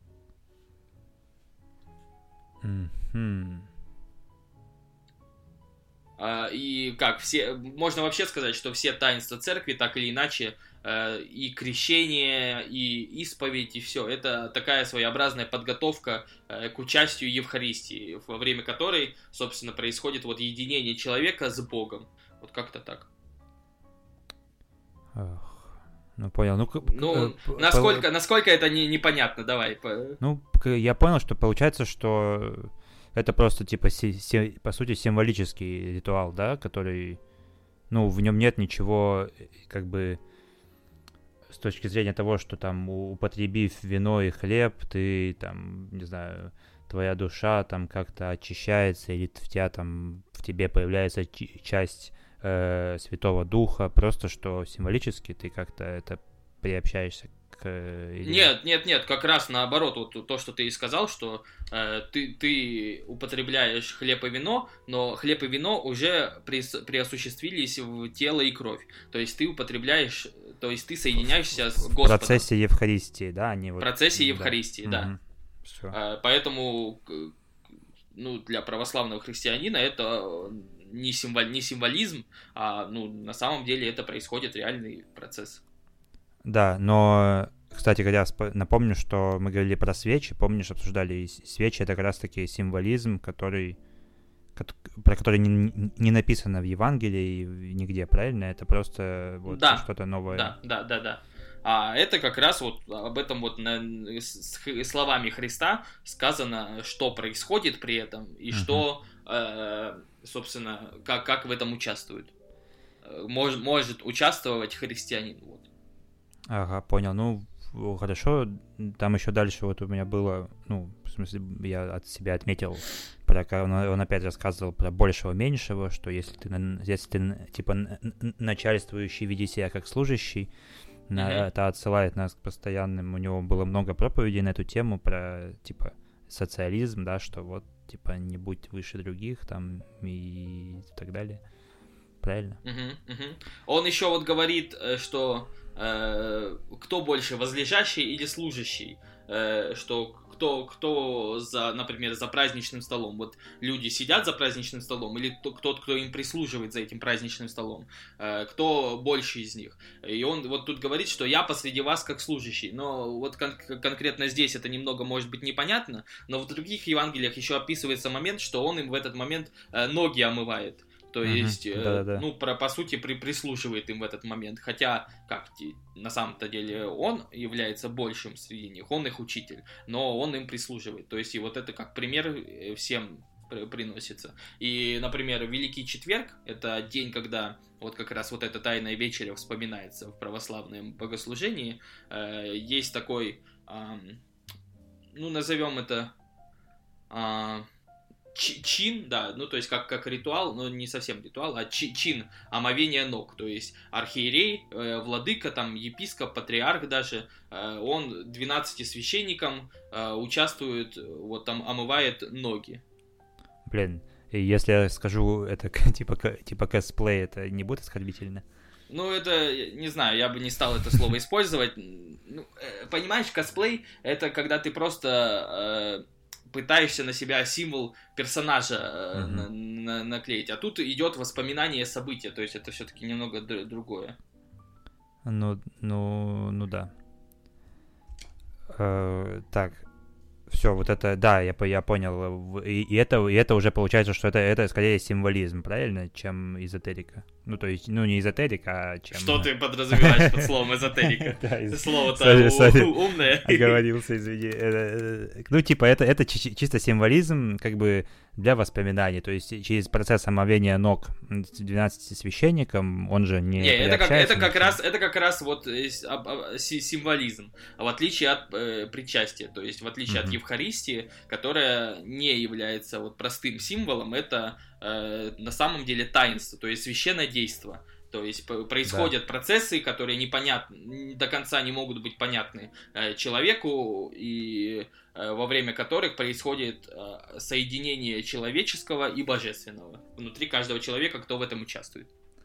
И как все, можно вообще сказать, что все таинства церкви так или иначе, и крещение, и исповедь, и все, это такая своеобразная подготовка к участию Евхаристии, во время которой, собственно, происходит вот единение человека с Богом. Вот как-то так.
Ну, понял.
Насколько это непонятно, давай.
Ну, я понял, что получается, что это просто, типа, по сути, символический ритуал, да, который, ну, в нем нет ничего, как бы, с точки зрения того, что там, употребив вино и хлеб, ты, там, не знаю, твоя душа там как-то очищается, или в тебе появляется часть Святого Духа, просто что символически ты как-то это приобщаешься к...
Нет, как раз наоборот, вот то, что ты и сказал, что ты употребляешь хлеб и вино, но хлеб и вино уже преосуществились в тело и кровь. То есть ты употребляешь, то есть ты соединяешься с Господом.
В процессе Евхаристии, да?
В процессе Евхаристии, да.
Все.
Поэтому, ну, для православного христианина это не символизм, а, ну, на самом деле это происходит реальный процесс.
Да, но, кстати говоря, напомню, что мы говорили про свечи, помнишь, обсуждали свечи, это как раз-таки символизм, про который не написано в Евангелии нигде, правильно? Это просто вот что-то новое.
Да. А это как раз вот об этом вот словами Христа сказано, что происходит при этом и что, собственно, как в этом участвует. Может участвовать христианин. Вот.
Ага, понял. Ну, хорошо. Там еще дальше вот у меня было, ну, в смысле, я от себя отметил, он опять рассказывал про большего-меньшего, что если ты типа, начальствующий, веди себя как служащий, это отсылает нас к постоянным, у него было много проповедей на эту тему про, типа, социализм, да, что вот, типа, не будь выше других, там, и так далее. Правильно?
Он еще вот говорит, что кто больше, возлежащий или служащий, что кто например, за праздничным столом. Вот люди сидят за праздничным столом, или тот, кто им прислуживает за этим праздничным столом, кто больше из них. И он вот тут говорит, что я посреди вас как служащий. Но вот конкретно здесь это немного может быть непонятно, но в других Евангелиях еще описывается момент, что он им в этот момент ноги омывает. То есть, ну, по сути, прислуживает им в этот момент. Хотя, на самом-то деле, он является большим среди них, он их учитель, но он им прислуживает. То есть, и вот это как пример всем приносится. И, например, Великий Четверг — это день, когда вот как раз вот эта Тайная Вечеря вспоминается в православном богослужении. Есть такой, ну, назовем это... чин, да, ну то есть как ритуал, но не совсем ритуал, а чин омовения ног, то есть архиерей, владыка, там епископ, патриарх даже, он 12 священникам участвует, вот там омывает ноги.
Блин, если я скажу это типа косплей, это не будет оскорбительно?
Ну, это, не знаю, я бы не стал это слово использовать. Ну, понимаешь, косплей — это когда ты просто... пытаешься на себя символ персонажа наклеить, а тут идет воспоминание события, то есть это все-таки немного другое.
Ну да. Так, все, вот это, да, я понял, и это уже получается, что это скорее символизм, правильно, чем эзотерика. Ну, то есть, ну, не эзотерик, а чем...
Что ты подразумеваешь под словом эзотерика? Слово-то умное.
Оговорился, извини. Ну, типа, это чисто символизм, как бы, для воспоминаний. То есть, через процесс омовения ног 12 священникам, он же не
это как раз вот символизм, в отличие от причастия. То есть, в отличие от Евхаристии, которая не является вот простым символом, это на самом деле таинство, то есть священное действо. То есть происходят процессы, которые непонятны, до конца не могут быть понятны человеку, и во время которых происходит соединение человеческого и божественного внутри каждого человека, кто в этом участвует.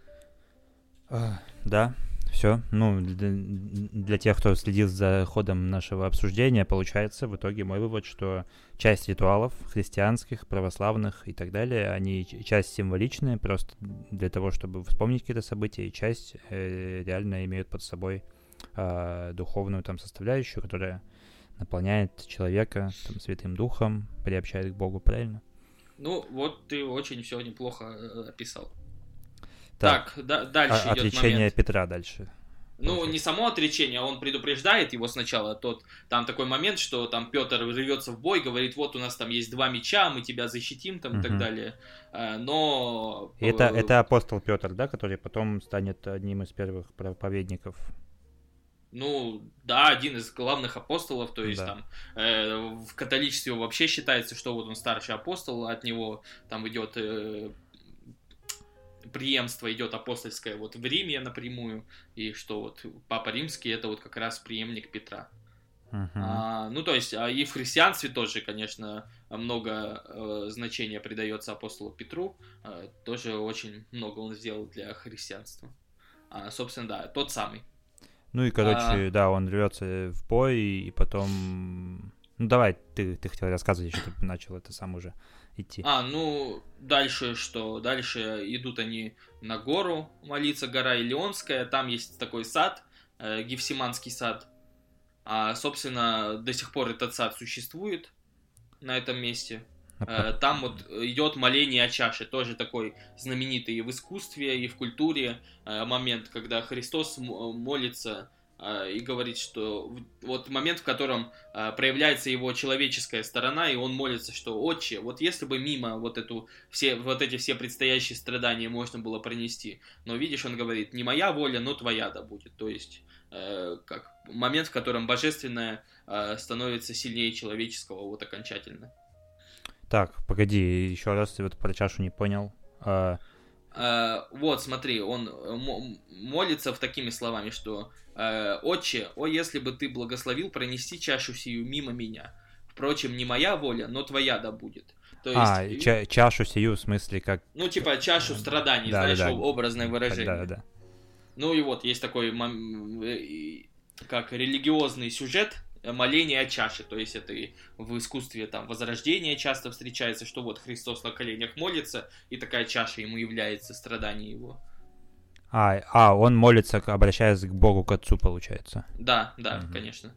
Да, все. Ну, для тех, кто следил за ходом нашего обсуждения, получается в итоге мой вывод, что часть ритуалов христианских, православных и так далее, они часть символичная, просто для того, чтобы вспомнить какие-то события, и часть реально имеют под собой духовную там составляющую, которая наполняет человека там Святым Духом, приобщает к Богу, правильно?
Ну, вот ты очень все неплохо описал. Так, дальше идет
отречение
момент.
Петра дальше.
Ну, не само отречение, он предупреждает его сначала. Там такой момент, что там Петр рвется в бой, говорит, вот у нас там есть 2 меча, мы тебя защитим, там, и так далее. Но...
Это апостол Петр, да, который потом станет одним из первых проповедников?
Ну, да, один из главных апостолов, то есть там в католичестве вообще считается, что вот он старший апостол, от него там идет... преемство идет апостольское вот в Риме напрямую, и что вот Папа Римский это вот как раз преемник Петра. Ну, то есть, и в христианстве тоже, конечно, много значения придается апостолу Петру, тоже очень много он сделал для христианства. Собственно, да, тот самый.
Ну и, короче, да, он рвется в бой, и потом... Ну, давай, ты хотел рассказывать, что ты начал это сам уже идти.
Ну, дальше что? Дальше идут они на гору молиться, гора Илионская, там есть такой сад, Гефсиманский сад. Собственно, до сих пор этот сад существует на этом месте. Там вот идет моление о чаше, тоже такой знаменитый и в искусстве, и в культуре момент, когда Христос молится и говорит, что вот момент, в котором проявляется его человеческая сторона, и он молится, что «Отче, вот если бы мимо вот эти все предстоящие страдания можно было пронести, но видишь, он говорит, не моя воля, но твоя да будет». То есть как момент, в котором божественное становится сильнее человеческого вот окончательно.
Так, погоди, еще раз, ты вот про чашу не понял.
Вот, смотри, он молится в такими словами, что «Отче, о, если бы ты благословил пронести чашу сию мимо меня. Впрочем, не моя воля, но твоя да будет». То есть,
чашу сию в смысле как...
Ну, типа чашу страданий, знаешь, образное выражение.
Да.
Ну и вот, есть такой, как религиозный сюжет, моление о чаше, то есть это и в искусстве там Возрождения часто встречается, что вот Христос на коленях молится, и такая чаша ему является страдание его.
Он молится, обращаясь к Богу, к Отцу, получается.
Да, конечно.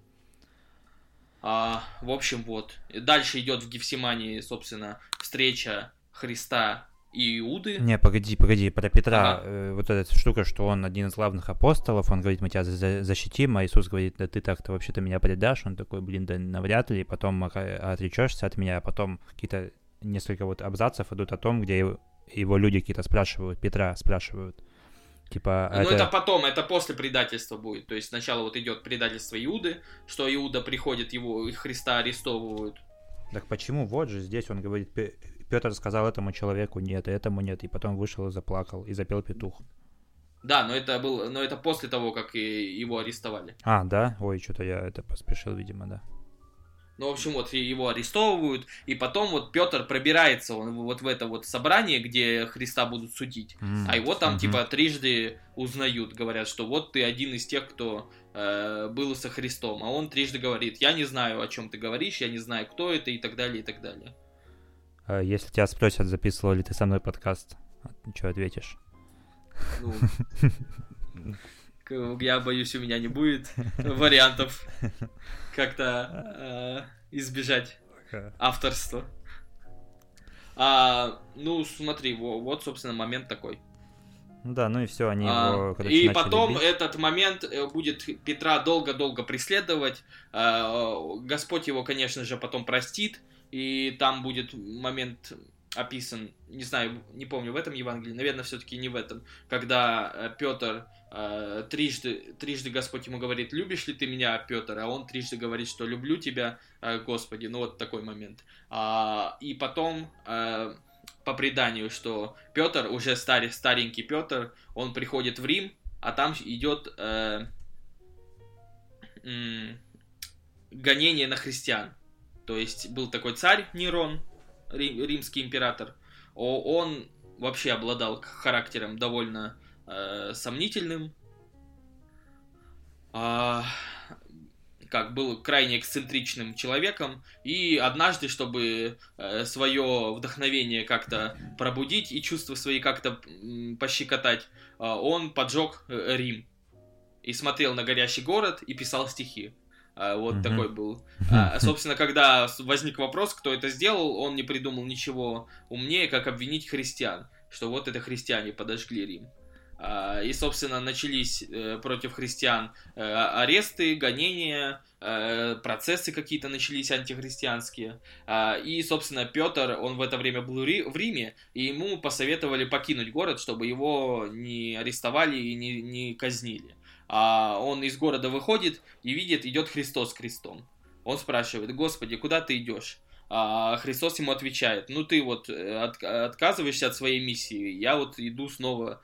В общем, вот. Дальше идет в Гефсимании, собственно, встреча Христа и Иуды.
Не, погоди, про Петра, вот эта штука, что он один из главных апостолов, он говорит, мы тебя защитим, а Иисус говорит, да ты так-то вообще-то меня предашь, он такой, да навряд ли, потом отречешься от меня, а потом какие-то несколько вот абзацев идут о том, где его люди какие-то спрашивают, Петра спрашивают, типа...
это потом, это после предательства будет, то есть сначала вот идет предательство Иуды, что Иуда приходит, его Христа арестовывают.
Так почему? Вот же здесь он говорит... Петр сказал этому человеку нет, и этому нет, и потом вышел и заплакал, и запел петух.
Да, но это после того, как его арестовали.
Да? Ой, что-то я это поспешил, видимо, да.
Ну, в общем, вот его арестовывают, и потом вот Петр пробирается вот в это вот собрание, где Христа будут судить, а его там типа трижды узнают, говорят, что вот ты один из тех, кто был со Христом, а он трижды говорит, я не знаю, о чем ты говоришь, я не знаю, кто это, и так далее, и так далее.
Если тебя спросят, записывал ли ты со мной подкаст, что ответишь?
Я боюсь, у меня не будет вариантов как-то избежать авторства. Ну, смотри, вот, собственно, момент такой.
Да, ну и все, они его, короче,
и
начали
потом
бить.
этот момент будет Петра долго-долго преследовать. Господь его, конечно же, потом простит. И там будет момент описан, не знаю, не помню, в этом Евангелии, наверное, все-таки не в этом, когда Петр трижды Господь ему говорит: любишь ли ты меня, Петр? А он трижды говорит, что люблю тебя, Господи. Ну вот такой момент. И потом по преданию, что Петр, уже старенький Петр, он приходит в Рим, а там идет гонение на христиан. То есть был такой царь Нерон, римский император. Он вообще обладал характером довольно сомнительным. Был крайне эксцентричным человеком. И однажды, чтобы свое вдохновение как-то пробудить и чувства свои как-то пощекотать, он поджег Рим. И смотрел на горящий город и писал стихи. Вот такой был. Собственно, когда возник вопрос, кто это сделал, он не придумал ничего умнее, как обвинить христиан, что вот это христиане подожгли Рим. И, собственно, начались против христиан аресты, гонения, процессы какие-то начались антихристианские. И, собственно, Петр, он в это время был в Риме, и ему посоветовали покинуть город, чтобы его не арестовали и не казнили. Он из города выходит и видит, идет Христос с крестом. Он спрашивает: Господи, куда ты идешь? Христос ему отвечает: ну ты вот отказываешься от своей миссии, я вот иду снова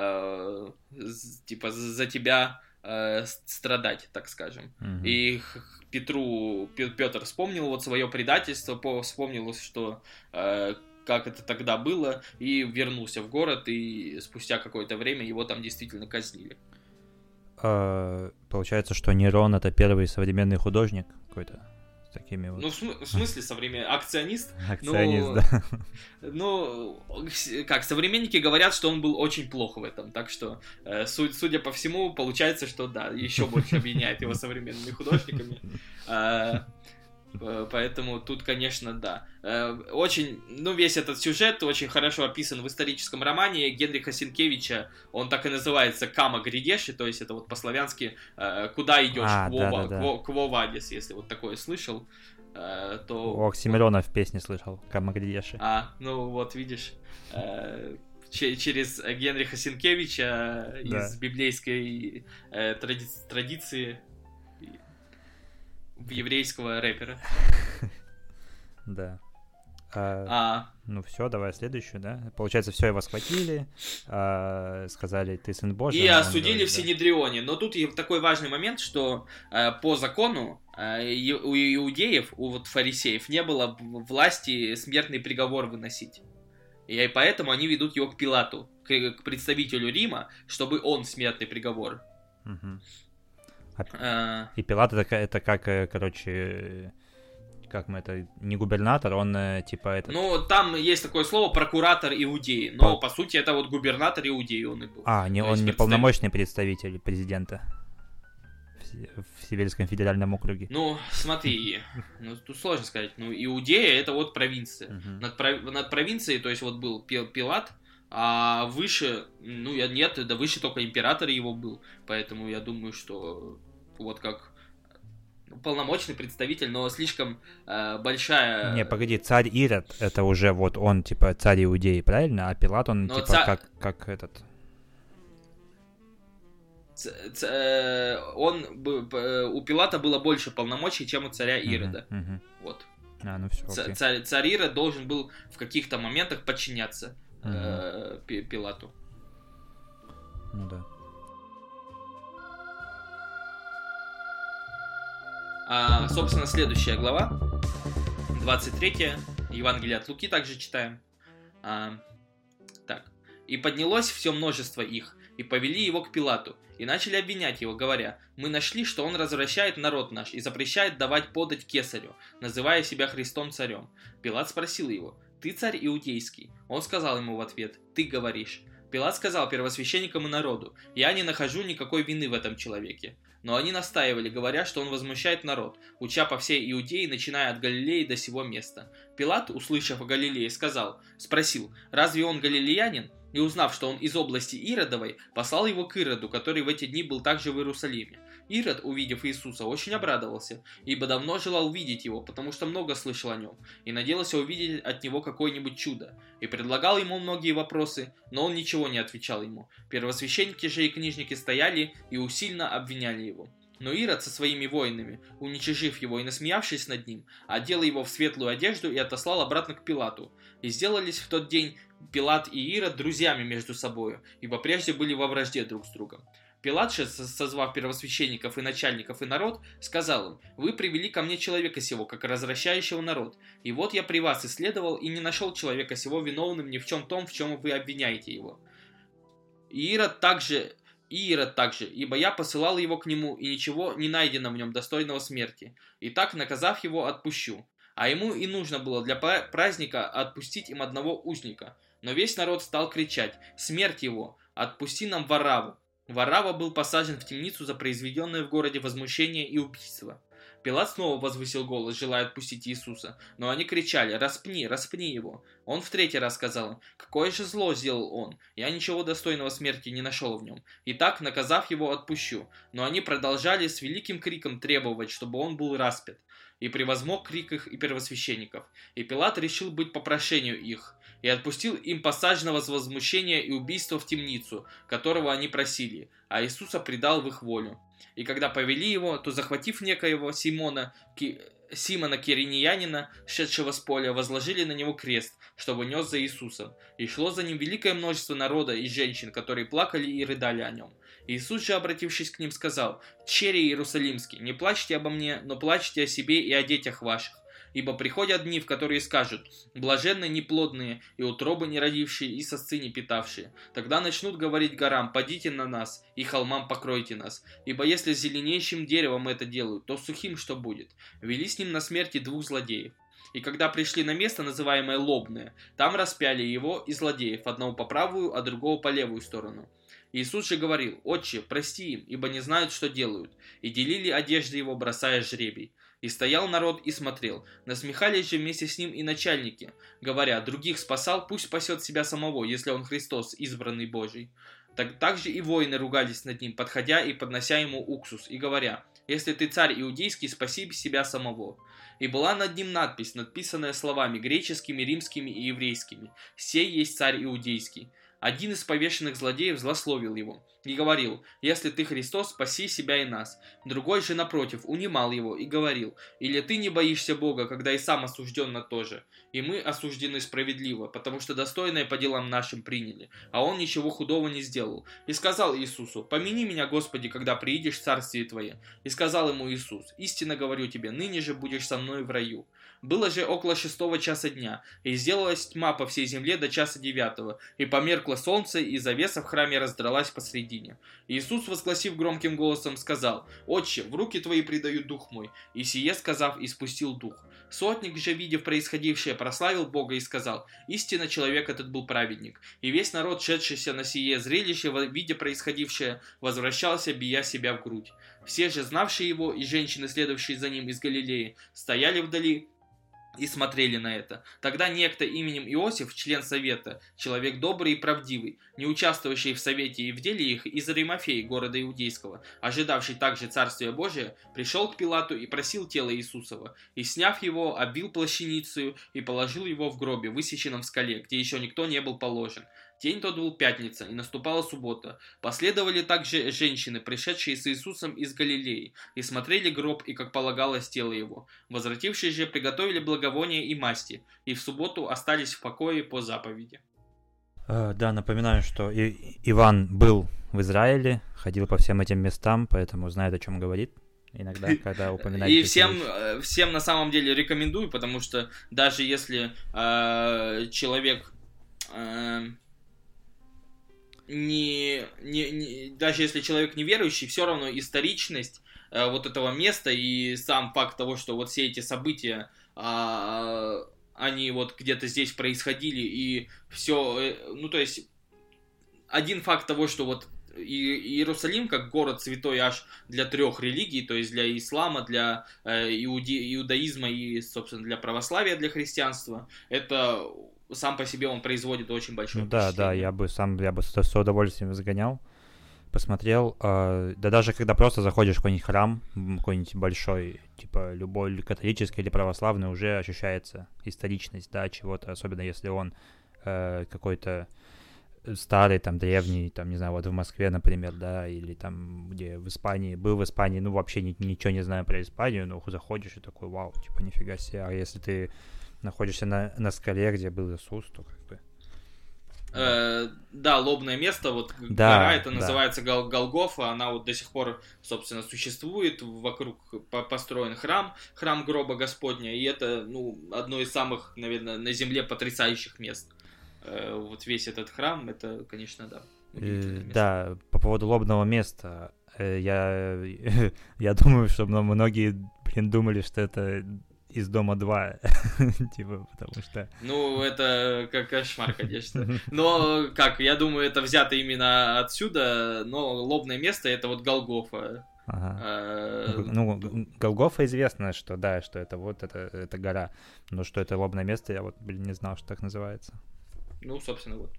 типа за тебя страдать, так скажем. И Петр вспомнил вот свое предательство, вспомнил, что как это тогда было, и вернулся в город, и спустя какое-то время его там действительно казнили.
Получается, что Нерон — это первый современный художник какой-то с такими вот...
Ну, в смысле современный? Акционист?
Акционист, да.
Ну, как, современники говорят, что он был очень плох в этом, так что, судя по всему, получается, что да, еще больше объединяет его современными художниками. Поэтому тут, конечно, да. Очень, весь этот сюжет очень хорошо описан в историческом романе Генриха Сенкевича. Он так и называется «Кама Гридеши», то есть это вот по-славянски «Куда идешь?» «Кво вадис», если вот такое слышал, то...
Оксимирона в песне слышал «Кама Гридеши».
Ну вот видишь... Через Генриха Сенкевича из библейской традиции еврейского рэпера.
Да. Ну все, давай следующую, да? Получается, все, его схватили, сказали: ты сын Божий.
И осудили в Синедрионе. Но тут такой важный момент, что по закону у иудеев, у вот фарисеев не было власти смертный приговор выносить. И поэтому они ведут его к Пилату, к представителю Рима, чтобы он смертный приговор.
И Пилат это как, короче, как мы это, не губернатор, он типа это...
Ну, там есть такое слово «прокуратор Иудеи», но по сути это вот губернатор Иудеи он и был.
Он не полномочный представитель президента в Сибирском федеральном округе.
Ну, смотри, тут сложно сказать, Иудея это вот провинция. Над провинцией, то есть вот был Пилат, а выше, выше только император его был, поэтому я думаю, что вот как полномочный представитель, но слишком большая...
Не, погоди, царь Ирод, это уже вот он, типа, царь Иудеи, правильно? А Пилат, он, как этот...
У Пилата было больше полномочий, чем у царя Ирода. Вот.
Ну все,
царь Ирод должен был в каких-то моментах подчиняться Пилату.
Ну да.
Собственно, следующая глава, 23 Евангелие от Луки также читаем. Так. «И поднялось все множество их, и повели его к Пилату, и начали обвинять его, говоря: мы нашли, что он развращает народ наш и запрещает давать подать кесарю, называя себя Христом царем. Пилат спросил его: ты царь иудейский? Он сказал ему в ответ: ты говоришь. Пилат сказал первосвященникам и народу: я не нахожу никакой вины в этом человеке. Но они настаивали, говоря, что он возмущает народ, уча по всей Иудее, начиная от Галилеи до сего места. Пилат, услышав о Галилее, спросил: разве он галилеянин? И узнав, что он из области Иродовой, послал его к Ироду, который в эти дни был также в Иерусалиме. Ирод, увидев Иисуса, очень обрадовался, ибо давно желал видеть его, потому что много слышал о нем, и надеялся увидеть от него какое-нибудь чудо, и предлагал ему многие вопросы, но он ничего не отвечал ему. Первосвященники же и книжники стояли и усильно обвиняли его. Но Ирод со своими воинами, уничижив его и насмеявшись над ним, одел его в светлую одежду и отослал обратно к Пилату. И сделались в тот день Пилат и Ирод друзьями между собою, ибо прежде были во вражде друг с другом. Пилат же, созвав первосвященников и начальников и народ, сказал им: «Вы привели ко мне человека сего, как развращающего народ. И вот я при вас исследовал и не нашел человека сего виновным ни в чем том, в чем вы обвиняете его. И Ирод также, ибо я посылал его к нему, и ничего не найдено в нем достойного смерти. И так, наказав его, отпущу». А ему и нужно было для праздника отпустить им одного узника. Но весь народ стал кричать: «Смерть его! Отпусти нам Варавву!» Варавва был посажен в темницу за произведенное в городе возмущение и убийство. Пилат снова возвысил голос, желая отпустить Иисуса, но они кричали: «Распни, распни его!» Он в третий раз сказал им: «Какое же зло сделал он? Я ничего достойного смерти не нашел в нем. Итак, наказав его, отпущу». Но они продолжали с великим криком требовать, чтобы он был распят. И превозмог крик их и первосвященников. И Пилат решил быть по прошению их, и отпустил им посаженного с возмущения и убийства в темницу, которого они просили, а Иисуса предал в их волю. И когда повели его, то, захватив некоего Симона Киринеянина, шедшего с поля, возложили на него крест, чтобы нес за Иисусом. И шло за ним великое множество народа и женщин, которые плакали и рыдали о нем. Иисус же, обратившись к ним, сказал: «Черри Иерусалимские, не плачьте обо мне, но плачьте о себе и о детях ваших. Ибо приходят дни, в которые скажут: блаженны неплодные, и утробы не родившие, и сосцы не питавшие. Тогда начнут говорить горам: падите на нас, и холмам покройте нас. Ибо если с зеленеющим деревом это делают, то сухим что будет? Вели с ним на смерти двух злодеев. И когда пришли на место, называемое Лобное, там распяли его и злодеев, одного по правую, а другого по левую сторону. Иисус же говорил: «Отче, прости им, ибо не знают, что делают». И делили одежды его, бросая жребий. И стоял народ и смотрел. Насмехались же вместе с ним и начальники, говоря: «Других спасал, пусть спасет себя самого, если он Христос, избранный Божий». Также и воины ругались над ним, подходя и поднося ему уксус, и говоря: «Если ты царь иудейский, спаси себя самого». И была над ним надпись, надписанная словами греческими, римскими и еврейскими: «Сей есть царь иудейский». Один из повешенных злодеев злословил его и говорил: «Если ты Христос, спаси себя и нас». Другой же, напротив, унимал его и говорил: «Или ты не боишься Бога, когда и сам осужден на то же? И мы осуждены справедливо, потому что достойное по делам нашим приняли, а он ничего худого не сделал». И сказал Иисусу: «Помяни меня, Господи, когда приидешь в царствие Твое». И сказал ему Иисус: «Истинно говорю тебе, ныне же будешь со мной в раю». Было же около 6 часа дня, и сделалась тьма по всей земле до часа 9, и померкло солнце, и завеса в храме раздралась посредине. Иисус, возгласив громким голосом, сказал: «Отче, в руки твои предаю дух мой». И сие сказав, испустил дух. Сотник же, видев происходившее, прославил Бога и сказал: «Истинно человек этот был праведник». И весь народ, шедшийся на сие зрелище, видя происходившее, возвращался, бия себя в грудь. Все же, знавшие его, и женщины, следовавшие за ним из Галилеи, стояли вдали и смотрели на это. Тогда некто именем Иосиф, член совета, человек добрый и правдивый, не участвовавший в совете и в деле их, из Аримафеи, города Иудейского, ожидавший также Царствия Божия, пришел к Пилату и просил тело Иисусова, и, сняв его, обвил плащаницею и положил его в гробе, высеченном в скале, где еще никто не был положен. День тот был пятница, и наступала суббота. Последовали также женщины, пришедшие с Иисусом из Галилеи, и смотрели гроб, и, как полагалось, тело его. Возвратившись же, приготовили благовония и масти, и в субботу остались в покое по заповеди.
Да, напоминаю, что Иван был в Израиле, ходил по всем этим местам, поэтому знает, о чем говорит. Иногда, когда упоминает.
И всем на самом деле рекомендую, потому что даже если человек... даже если человек неверующий, все равно историчность вот этого места и сам факт того, что вот все эти события, они вот где-то здесь происходили, и все, ну то есть один факт того, что вот Иерусалим как город святой аж для 3 религий, то есть для ислама, для иудаизма и, собственно, для православия, для христианства, это сам по себе он производит очень большое
Ну да,
впечатление.
я бы с удовольствием загонял, посмотрел. Да даже когда просто заходишь в какой-нибудь храм, какой-нибудь большой, типа любой католический или православный, уже ощущается историчность, да, чего-то, особенно если он какой-то старый, там, древний, там, не знаю, вот в Москве, например, да, или там, где в Испании, был в Испании, ну, вообще ничего не знаю про Испанию, но заходишь и такой, вау, типа, нифига себе, а если ты находишься на скале, где был Иисус, то как бы...
Да, лобное место, вот
Да,
гора, это
да.
называется Голгофа, она вот до сих пор, собственно, существует, вокруг построен храм гроба Господня, и это, ну, одно из самых, наверное, на земле потрясающих мест. Вот весь этот храм, это, конечно, да, удивительное место.
Да, по поводу лобного места, я думаю, что многие, блин, думали, что это из Дома 2, типа, потому что...
Ну, это как кошмар, конечно. Но, как, я думаю, это взято именно отсюда, но лобное место — это вот Голгофа.
Ага. Ну, Голгофа известно, что да, что это вот это гора, но что это лобное место, я вот, блин, не знал, что так называется.
Ну, собственно, вот.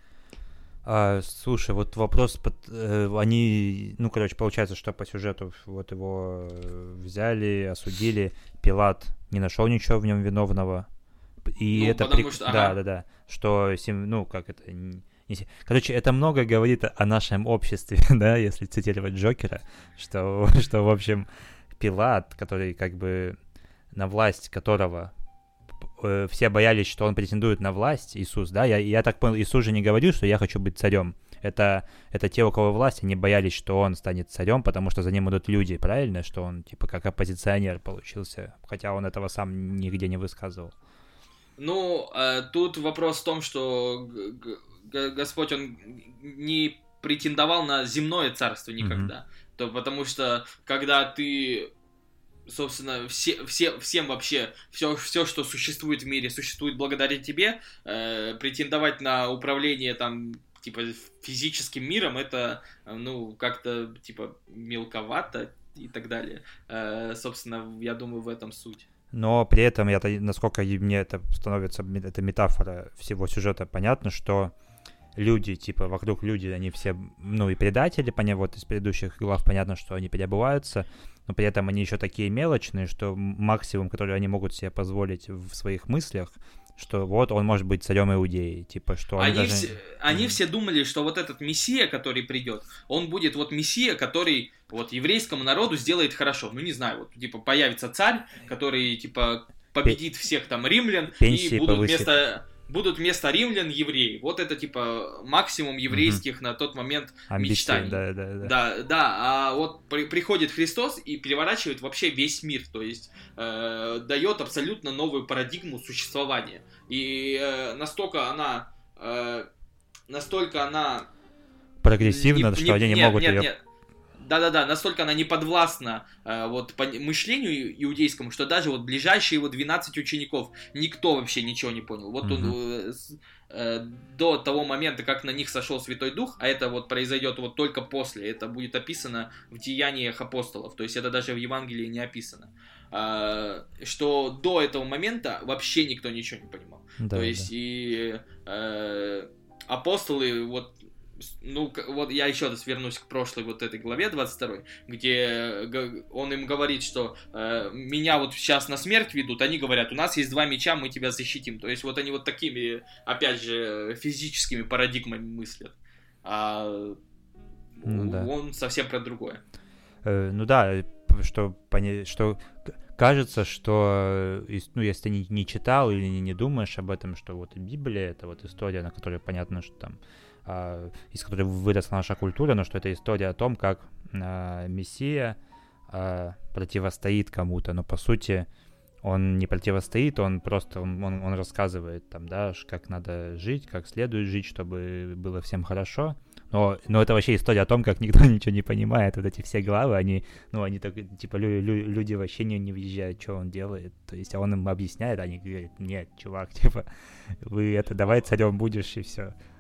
Слушай, вот вопрос, они, ну, короче, получается, что по сюжету вот его взяли, осудили, Пилат не нашел ничего в нем виновного, и
Ну,
это...
потому что, ага.
Да, что, ну, как это... Короче, это много говорит о нашем обществе, да, если цитировать Джокера, что, в общем, Пилат, который как бы на власть которого все боялись, что он претендует на власть, Иисус, да, я так понял, Иисус же не говорил, что я хочу быть царем. Это те, у кого власть, они боялись, что он станет царем, потому что за ним идут люди, правильно? Что он, типа, как оппозиционер получился, хотя он этого сам нигде не высказывал.
Ну, тут вопрос в том, что Господь, он не претендовал на земное царство никогда. То потому что, когда ты, собственно, всем вообще, все, что существует в мире, существует благодаря тебе, претендовать на управление там, типа, физическим миром, это, ну, как-то, типа, мелковато и так далее. Собственно, я думаю, в этом суть.
Но при этом, насколько мне это становится, эта метафора всего сюжета, понятно, что люди, типа, вокруг люди, они все, ну, и предатели, вот из предыдущих глав понятно, что они переобуваются, но при этом они еще такие мелочные, что максимум, который они могут себе позволить в своих мыслях, что вот он может быть царем Иудеи, типа, что
они все думали, что вот этот мессия, который придет, он будет вот мессия, который вот еврейскому народу сделает хорошо. Ну, не знаю, вот, типа, появится царь, который, типа, победит всех там римлян, и будут вместо римлян евреи. Вот это, типа, максимум еврейских на тот момент мечтаний. Да, а вот приходит Христос и переворачивает вообще весь мир, то есть дает абсолютно новую парадигму существования. И настолько она
прогрессивна, что они не могут ее...
Да, настолько она не подвластна вот по мышлению иудейскому, что даже вот ближайшие его 12 учеников никто вообще ничего не понял. Вот он до того момента, как на них сошел Святой Дух, а это вот произойдет вот только после, это будет описано в Деяниях апостолов, то есть это даже в Евангелии не описано, что до этого момента вообще никто ничего не понимал. То есть и апостолы вот. Ну, вот я еще раз вернусь к прошлой вот этой главе 22, где он им говорит, что меня вот сейчас на смерть ведут, они говорят, у нас есть 2 меча, мы тебя защитим. То есть вот они вот такими, опять же, физическими парадигмами мыслят. А он совсем про другое.
Ну да, что кажется, что, ну, если ты не читал или не думаешь об этом, что вот Библия — это вот история, на которой понятно, что там из которой выросла наша культура, но что это история о том, как Мессия противостоит кому-то, но по сути он не противостоит, он просто он рассказывает там, да, как надо жить, как следует жить, чтобы было всем хорошо. Но это вообще история о том, как никто ничего не понимает. Вот эти все главы, они так, типа, люди вообще не въезжают, что он делает. То есть, а он им объясняет, они говорят, нет, чувак, типа, давай царем будешь, и все.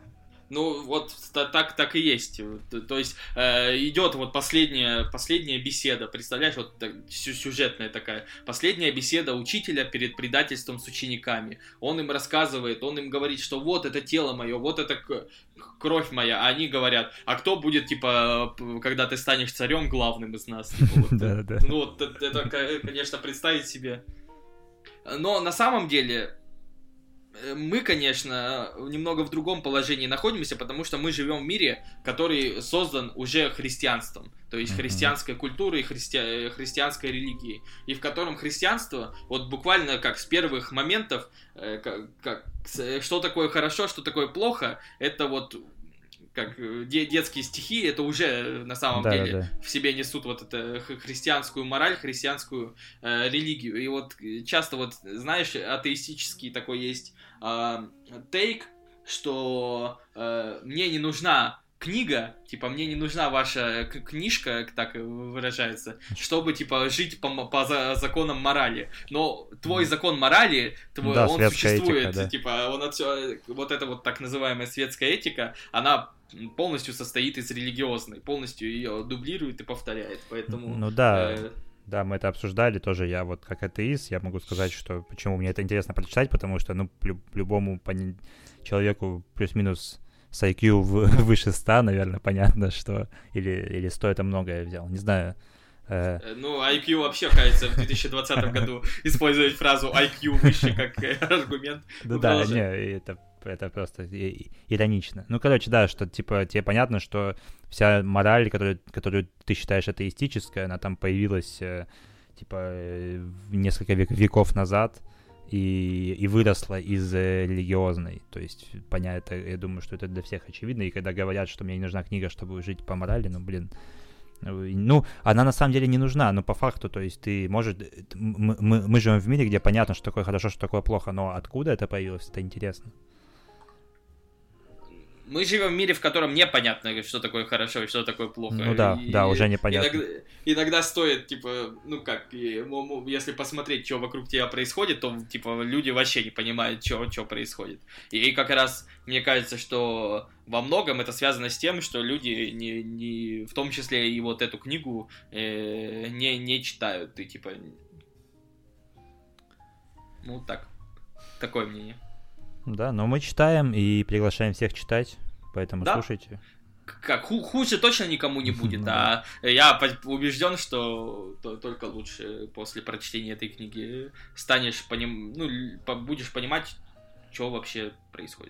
Ну, вот так и есть. То есть идет вот последняя беседа, представляешь, вот сюжетная такая. Последняя беседа учителя перед предательством с учениками. Он им рассказывает, он им говорит, что вот это тело мое, вот это кровь моя. А они говорят, а кто будет, типа, когда ты станешь царем главным из нас?
Да-да-да.
Ну, вот это, конечно, представить себе. Но на самом деле... Мы, конечно, немного в другом положении находимся, потому что мы живем в мире, который создан уже христианством, то есть христианской культурой и христианской религией, и в котором христианство, вот буквально как с первых моментов, что такое хорошо, что такое плохо, это вот как детские стихи, это уже на самом деле в себе несут вот эту христианскую мораль, христианскую религию. И вот часто вот, знаешь, атеистический такой есть тейк, что мне не нужна книга, типа, мне не нужна ваша книжка, так выражается, чтобы, типа, жить по законам морали. Но твой закон морали, он существует,
этика, да.
Типа, вот эта вот так называемая светская этика, она полностью состоит из религиозной, полностью ее дублирует и повторяет, поэтому...
Ну да, да, мы это обсуждали тоже, я вот как атеист, я могу сказать, что почему мне это интересно прочитать, потому что, ну, любому человеку плюс-минус с IQ выше 100, наверное, понятно, что... Или 100 это многое взял, не знаю.
Ну, IQ вообще, кажется, в 2020 году использовать фразу IQ выше как аргумент.
Да, не, это просто иронично. Ну, короче, да, что, типа, тебе понятно, что вся мораль, которую ты считаешь атеистической, она там появилась, типа, несколько веков назад и выросла из религиозной. То есть, понятно, я думаю, что это для всех очевидно. И когда говорят, что мне не нужна книга, чтобы жить по морали, ну, блин... Ну, она на самом деле не нужна, но по факту, то есть ты можешь... Мы живем в мире, где понятно, что такое хорошо, что такое плохо, но откуда это появилось, это интересно.
Мы живем в мире, в котором непонятно, что такое хорошо и что такое плохо.
Ну да, уже непонятно.
Иногда стоит, типа, ну как, если посмотреть, что вокруг тебя происходит, то, типа, люди вообще не понимают, что происходит. И как раз, мне кажется, что во многом это связано с тем, что люди, не в том числе и вот эту книгу, не читают. И, типа, ну так, такое мнение.
Да, но мы читаем и приглашаем всех читать, поэтому да? Слушайте.
Как хуже точно никому не будет, а я убежден, что только лучше после прочтения этой книги станешь будешь понимать, что вообще происходит.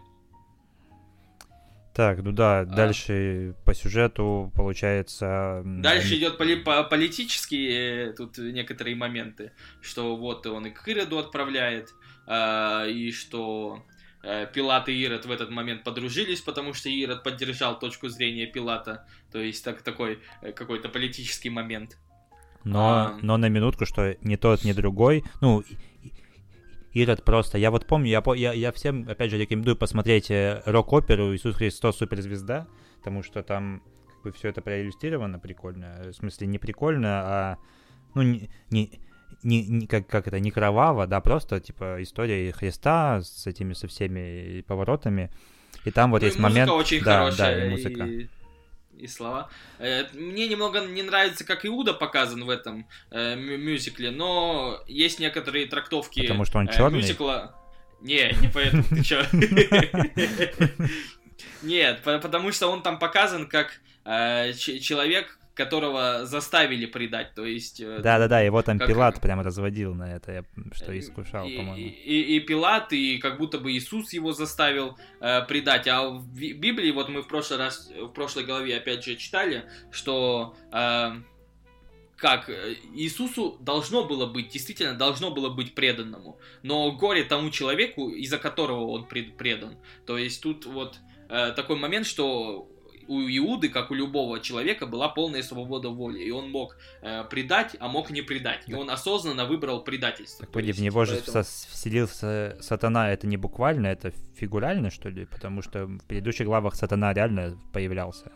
Так, ну да, дальше по сюжету получается...
Дальше идет политические тут некоторые моменты, что вот он и к Ироду отправляет, и что... Пилат и Ирод в этот момент подружились, потому что Ирод поддержал точку зрения Пилата, то есть такой какой-то политический момент.
Но на минутку, что ни тот, ни другой, ну, Ирод просто, я вот помню, я всем, опять же, рекомендую посмотреть рок-оперу «Иисус Христос суперзвезда», потому что там как бы все это проиллюстрировано прикольно, в смысле не прикольно, а, ну, как это, не кроваво, да, просто, типа, история Христа со всеми поворотами, и там вот есть момент...
Музыка очень хорошая,
да, и музыка.
И слова. Мне немного не нравится, как Иуда показан в этом мюзикле, но есть некоторые трактовки
потому что он черный?
Мюзикла... Не поэтому, ты чё? Нет, потому что он там показан как человек, которого заставили предать, то есть...
Да, его там Пилат прямо разводил на это, что искушал, по-моему.
И Пилат, и как будто бы Иисус его заставил предать, а в Библии, вот мы в прошлой главе опять же читали, что как Иисусу действительно должно было быть преданному, но горе тому человеку, из-за которого он предан. То есть тут вот такой момент, что у Иуды, как у любого человека, была полная свобода воли, и он мог предать, а мог не предать, и он осознанно выбрал предательство.
Так, в него же вселился сатана, это не буквально, это фигурально, что ли? Потому что в предыдущих главах сатана реально появлялся.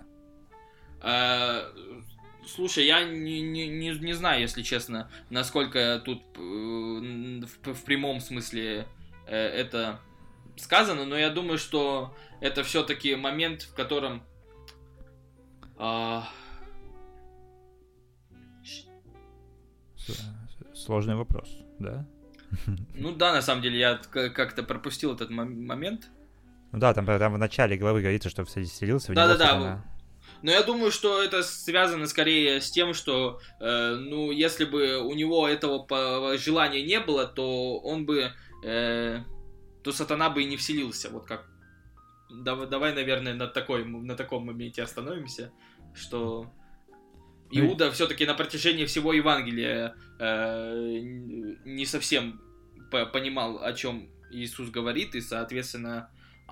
Слушай, я не знаю, если честно, насколько тут в прямом смысле это сказано, но я думаю, что это все-таки момент, в котором
Сложный вопрос, да?
Ну да, на самом деле, я как-то пропустил этот момент.
Ну да, там в начале главы говорится, что вселился в него
Да-да-да.
сатана.
Но я думаю, что это связано скорее с тем, что, ну, если бы у него этого желания не было, то он бы, то сатана бы и не вселился. Вот как. Давай, наверное, на таком моменте остановимся, что Иуда все-таки на протяжении всего Евангелия не совсем понимал, о чем Иисус говорит, и, соответственно,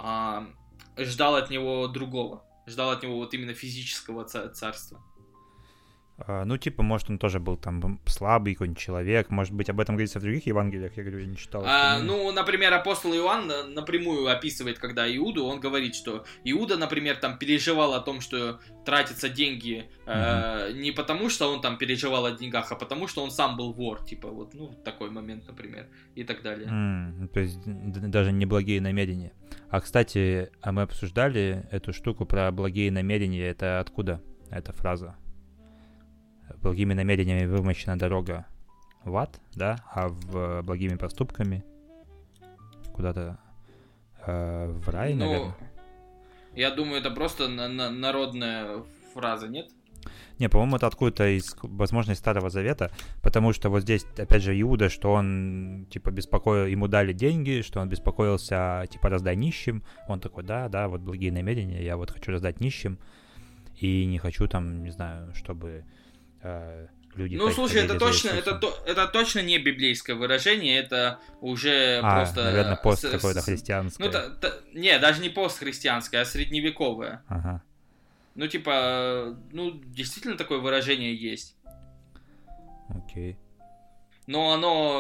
ждал от него другого. Ждал от него вот именно физического царства.
Ну, типа, может, он тоже был там слабый какой-нибудь человек. Может быть, об этом говорится в других Евангелиях, я говорю, я не читал.
Ну, например, апостол Иоанн напрямую описывает, когда Иуду, он говорит, что Иуда, например, там переживал о том, что тратятся деньги не потому, что он там переживал о деньгах, а потому, что он сам был вор. Типа, вот, ну, такой момент, например, и так далее.
То есть даже не благие намерения. А, кстати, мы обсуждали эту штуку про благие намерения. Это откуда эта фраза? Благими намерениями вымощена дорога в ад, да, а благими поступками куда-то в рай, наверное.
Я думаю, это просто народная фраза, нет?
Не, по-моему, это откуда-то из, возможно, из Старого Завета, потому что вот здесь, опять же, Иуда, что он, типа, беспокоил, ему дали деньги, что он беспокоился, типа, раздай нищим. Он такой, да, вот благие намерения, я вот хочу раздать нищим, и не хочу там, не знаю, чтобы... люди.
Ну, слушай, это точно не библейское выражение, это уже просто...
наверное, пост какое-то христианское.
Ну, не, даже не постхристианское, а средневековое.
Ага.
Ну, типа, ну, действительно такое выражение есть.
Окей.
Но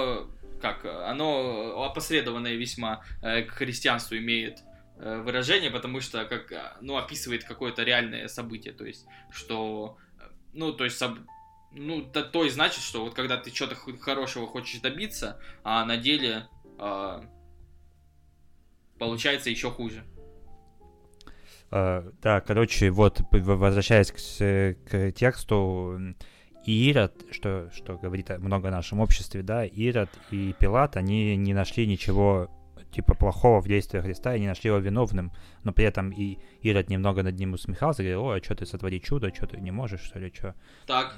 оно опосредованное весьма к христианству имеет выражение, потому что, описывает какое-то реальное событие, то есть, что... Ну, то есть, то и значит, что вот когда ты чего-то хорошего хочешь добиться, а на деле получается еще хуже.
Да, короче, вот, возвращаясь к тексту, Ирод, что говорит много о нашем обществе, да, Ирод и Пилат, они не нашли ничего типа плохого в действии Христа и не нашли его виновным, но при этом и Ирод немного над ним усмехался, говорил, а что ты сотвори чудо, что ты не можешь, что ли, что?
Так.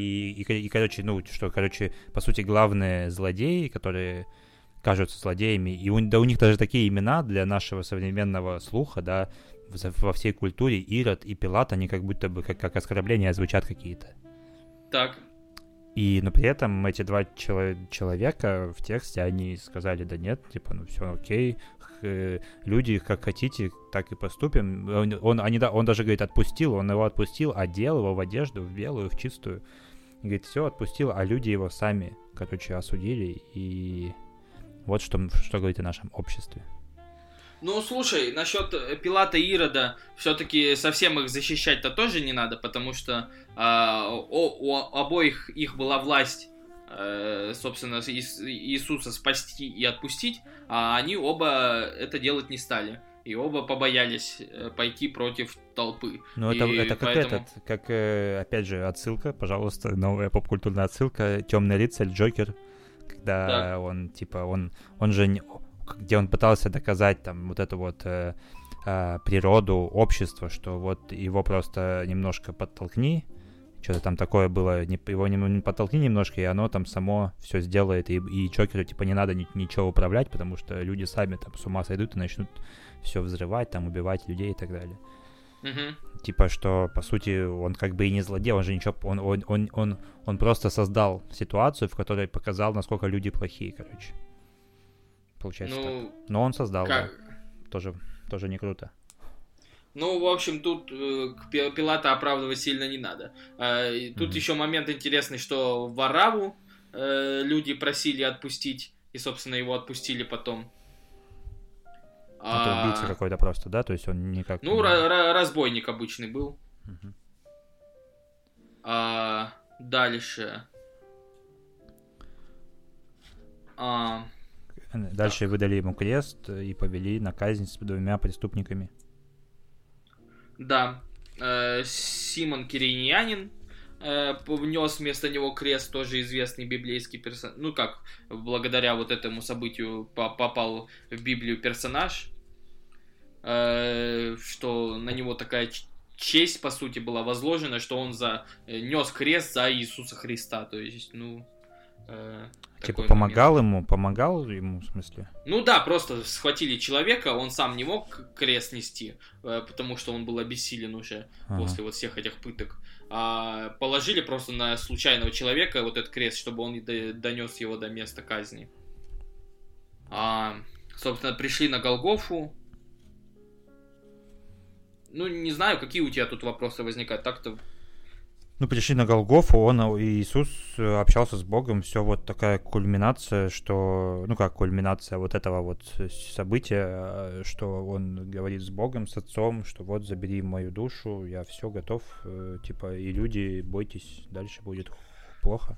Короче, по сути, главные злодеи, которые кажутся злодеями, и у них даже такие имена для нашего современного слуха, да, во всей культуре Ирод и Пилат, они как будто бы как оскорбления звучат какие-то.
Так.
Но при этом эти два человека в тексте, они сказали, да нет, типа, ну все окей, люди как хотите, так и поступим. Он даже, говорит, он его отпустил, одел его в одежду, в белую, в чистую. И, говорит, все, отпустил, а люди его сами, короче, осудили. И вот что говорит о нашем обществе.
Ну, слушай, насчет Пилата и Ирода, все-таки совсем их защищать-то тоже не надо, потому что у обоих их была власть, собственно, Иисуса спасти и отпустить, а они оба это делать не стали. И оба побоялись пойти против толпы.
Ну, это как опять же, отсылка, пожалуйста, новая попкультурная отсылка, «Темный рыцарь», Джокер, когда он, типа, он же... где он пытался доказать там вот эту вот природу общества, что вот его просто немножко подтолкни, что-то там такое было, его не подтолкни немножко, и оно там само все сделает, и Джокеру типа не надо ничего управлять, потому что люди сами там с ума сойдут и начнут все взрывать, там убивать людей и так далее.
Mm-hmm.
Типа, что, по сути, он как бы и не злодей, он же ничего... Он просто создал ситуацию, в которой показал, насколько люди плохие, короче. Получается так. Но он создал, да. Тоже не круто.
Ну, в общем, тут Пилата оправдывать сильно не надо. Тут еще момент интересный, что Варавву люди просили отпустить, и, собственно, его отпустили потом.
Это убийца какой-то просто, да? То есть он никак...
Ну, разбойник обычный был. Дальше...
Дальше выдали ему крест и повели на казнь с 2 преступниками.
Да. Симон Кириньянин внес вместо него крест, тоже известный библейский персонаж. Ну как, благодаря вот этому событию попал в Библию персонаж, что на него такая честь, по сути, была возложена, что он нес крест за Иисуса Христа. То есть,
типа помогал ему, в смысле?
Ну да, просто схватили человека, он сам не мог крест нести, потому что он был обессилен уже после вот всех этих пыток. А положили просто на случайного человека вот этот крест, чтобы он донес его до места казни. Собственно, пришли на Голгофу. Ну, не знаю, какие у тебя тут вопросы возникают. Так-то...
Ну, пришли на Голгофу, Иисус общался с Богом, все вот такая кульминация, что... Ну, как кульминация вот этого вот события, что он говорит с Богом, с Отцом, что вот забери мою душу, я все готов, типа, и люди, бойтесь, дальше будет плохо.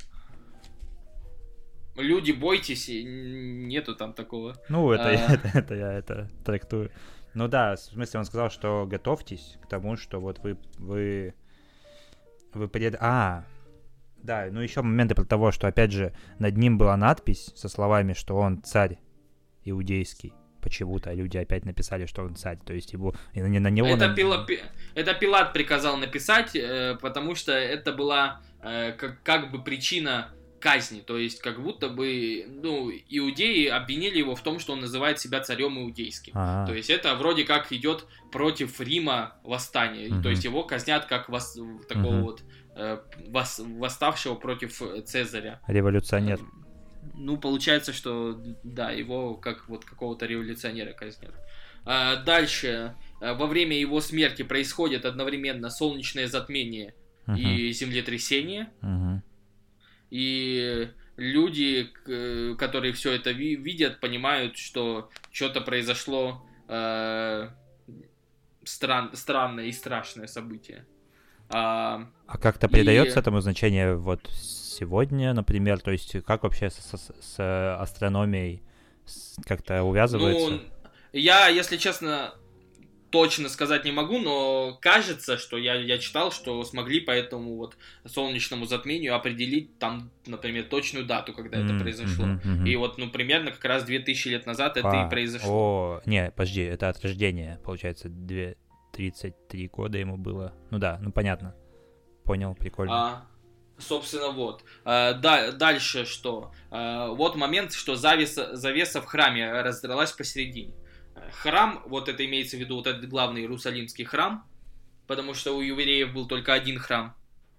Люди, бойтесь, нету там такого.
Ну, это я трактую. Ну да, в смысле, он сказал, что готовьтесь к тому, что вот вы да, ну еще моменты про того, что, опять же, над ним была надпись со словами, что он царь иудейский. Почему-то люди опять написали, что он царь, то есть его... на него...
Это Пилат приказал написать, потому что это была как бы причина казни, то есть как будто бы, иудеи обвинили его в том, что он называет себя царем иудейским. То есть это вроде как идет против Рима восстание, то есть его казнят как такого вот восставшего против Цезаря.
Революционер.
Ну, получается, что, да, его как вот какого-то революционера казнят. Дальше, во время его смерти происходит одновременно солнечное затмение и землетрясение. И люди, которые все это видят, понимают, что что-то произошло странное и страшное событие.
А как-то придается этому значение вот сегодня, например? То есть как вообще с астрономией как-то увязывается?
Ну, я, если честно, точно сказать не могу, но кажется, что я читал, что смогли по этому вот солнечному затмению определить там, например, точную дату, когда это произошло. И вот, примерно как раз 2000 лет назад это и произошло.
Не, подожди, это от рождения, получается, 33 года ему было. Ну да, понятно. Понял, прикольно.
Собственно, вот. Дальше что? Вот момент, что завеса в храме раздралась посередине. Храм, вот это имеется в виду, вот этот главный Иерусалимский храм, потому что у евреев был только один храм.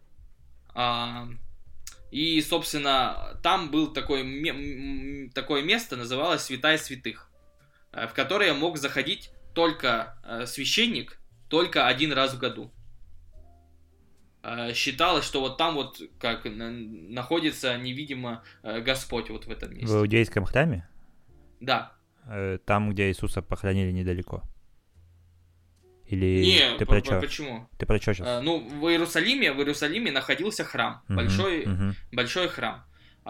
И, собственно, там был такое место, называлось Святая Святых, в которое мог заходить только священник, только один раз в году. Считалось, что вот там вот как находится невидимо Господь вот в этом месте.
В иудейском храме?
Да.
Там, где Иисуса похоронили недалеко? Или
не,
ты про что?
Почему?
Ты про что сейчас?
В Иерусалиме находился храм, большой храм.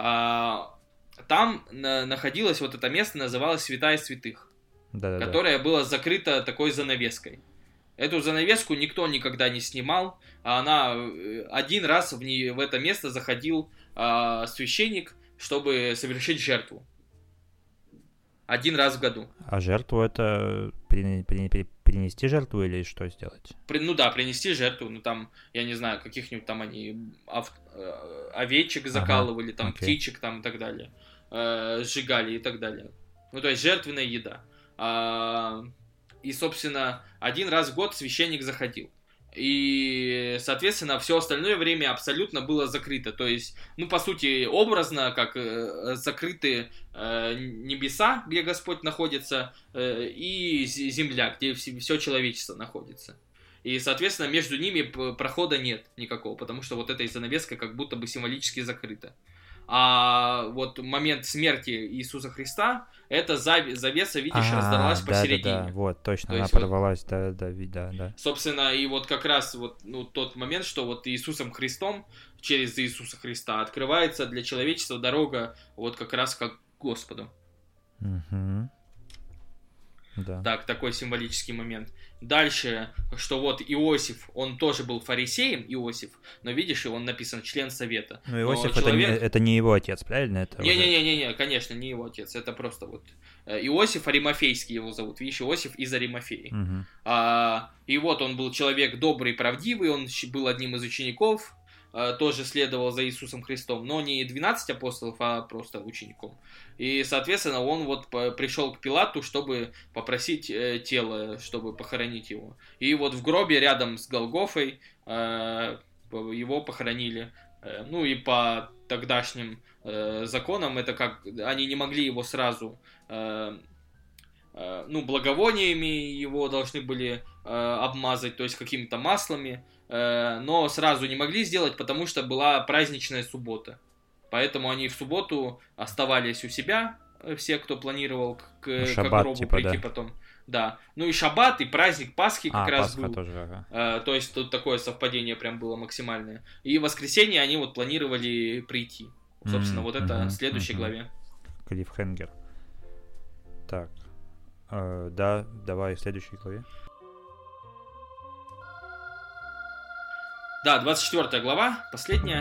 Там находилось вот это место, называлось Святая Святых, которое было закрыто такой занавеской. Эту занавеску никто никогда не снимал, а один раз в это место заходил священник, чтобы совершить жертву. Один раз в году.
А жертву это принести жертву или что сделать?
Принести жертву. Там, я не знаю, каких-нибудь там они овечек закалывали, птичек там и так далее. Сжигали и так далее. То есть жертвенная еда. И, собственно, один раз в год священник заходил. И, соответственно, все остальное время абсолютно было закрыто. То есть, по сути, образно, как закрыты небеса, где Господь находится, и земля, где все человечество находится. И, соответственно, между ними прохода нет никакого, потому что вот этой занавеской как будто бы символически закрыто. А вот момент смерти Иисуса Христа, эта завеса, видишь, разорвалась посередине.
Да, вот, точно, она порвалась, да.
Собственно, и вот как раз вот, тот момент, что вот Иисусом Христом, через Иисуса Христа открывается для человечества дорога вот как раз как к Господу.
Угу. Да.
Так, такой символический момент. Дальше, что вот Иосиф, он тоже был фарисеем, Иосиф, но видишь, он написан член совета.
Но Иосиф это не его отец, правильно?
Не, конечно, не его отец, это просто вот Иосиф Аримафейский его зовут, видишь, Иосиф из Аримафеи.
Угу.
И вот он был человек добрый, правдивый, он был одним из учеников, тоже следовал за Иисусом Христом, но не 12 апостолов, а просто учеником. И, соответственно, он вот пришел к Пилату, чтобы попросить тело, чтобы похоронить его. И вот в гробе рядом с Голгофой его похоронили. Ну и по тогдашним законам, это как они не могли его сразу, благовониями его должны были обмазать, то есть какими-то маслами, но сразу не могли сделать, потому что была праздничная суббота. Поэтому они в субботу оставались у себя, все, кто планировал к гробу
типа,
прийти потом. Да. Ну и шаббат, и праздник Пасхи как раз
Пасха
был.
тоже, ага.
То есть тут такое совпадение прям было максимальное. И в воскресенье они вот планировали прийти. Собственно, вот это в следующей главе.
Клиффхенгер. Так. Да, давай в следующей главе.
Да, 24 глава, последняя.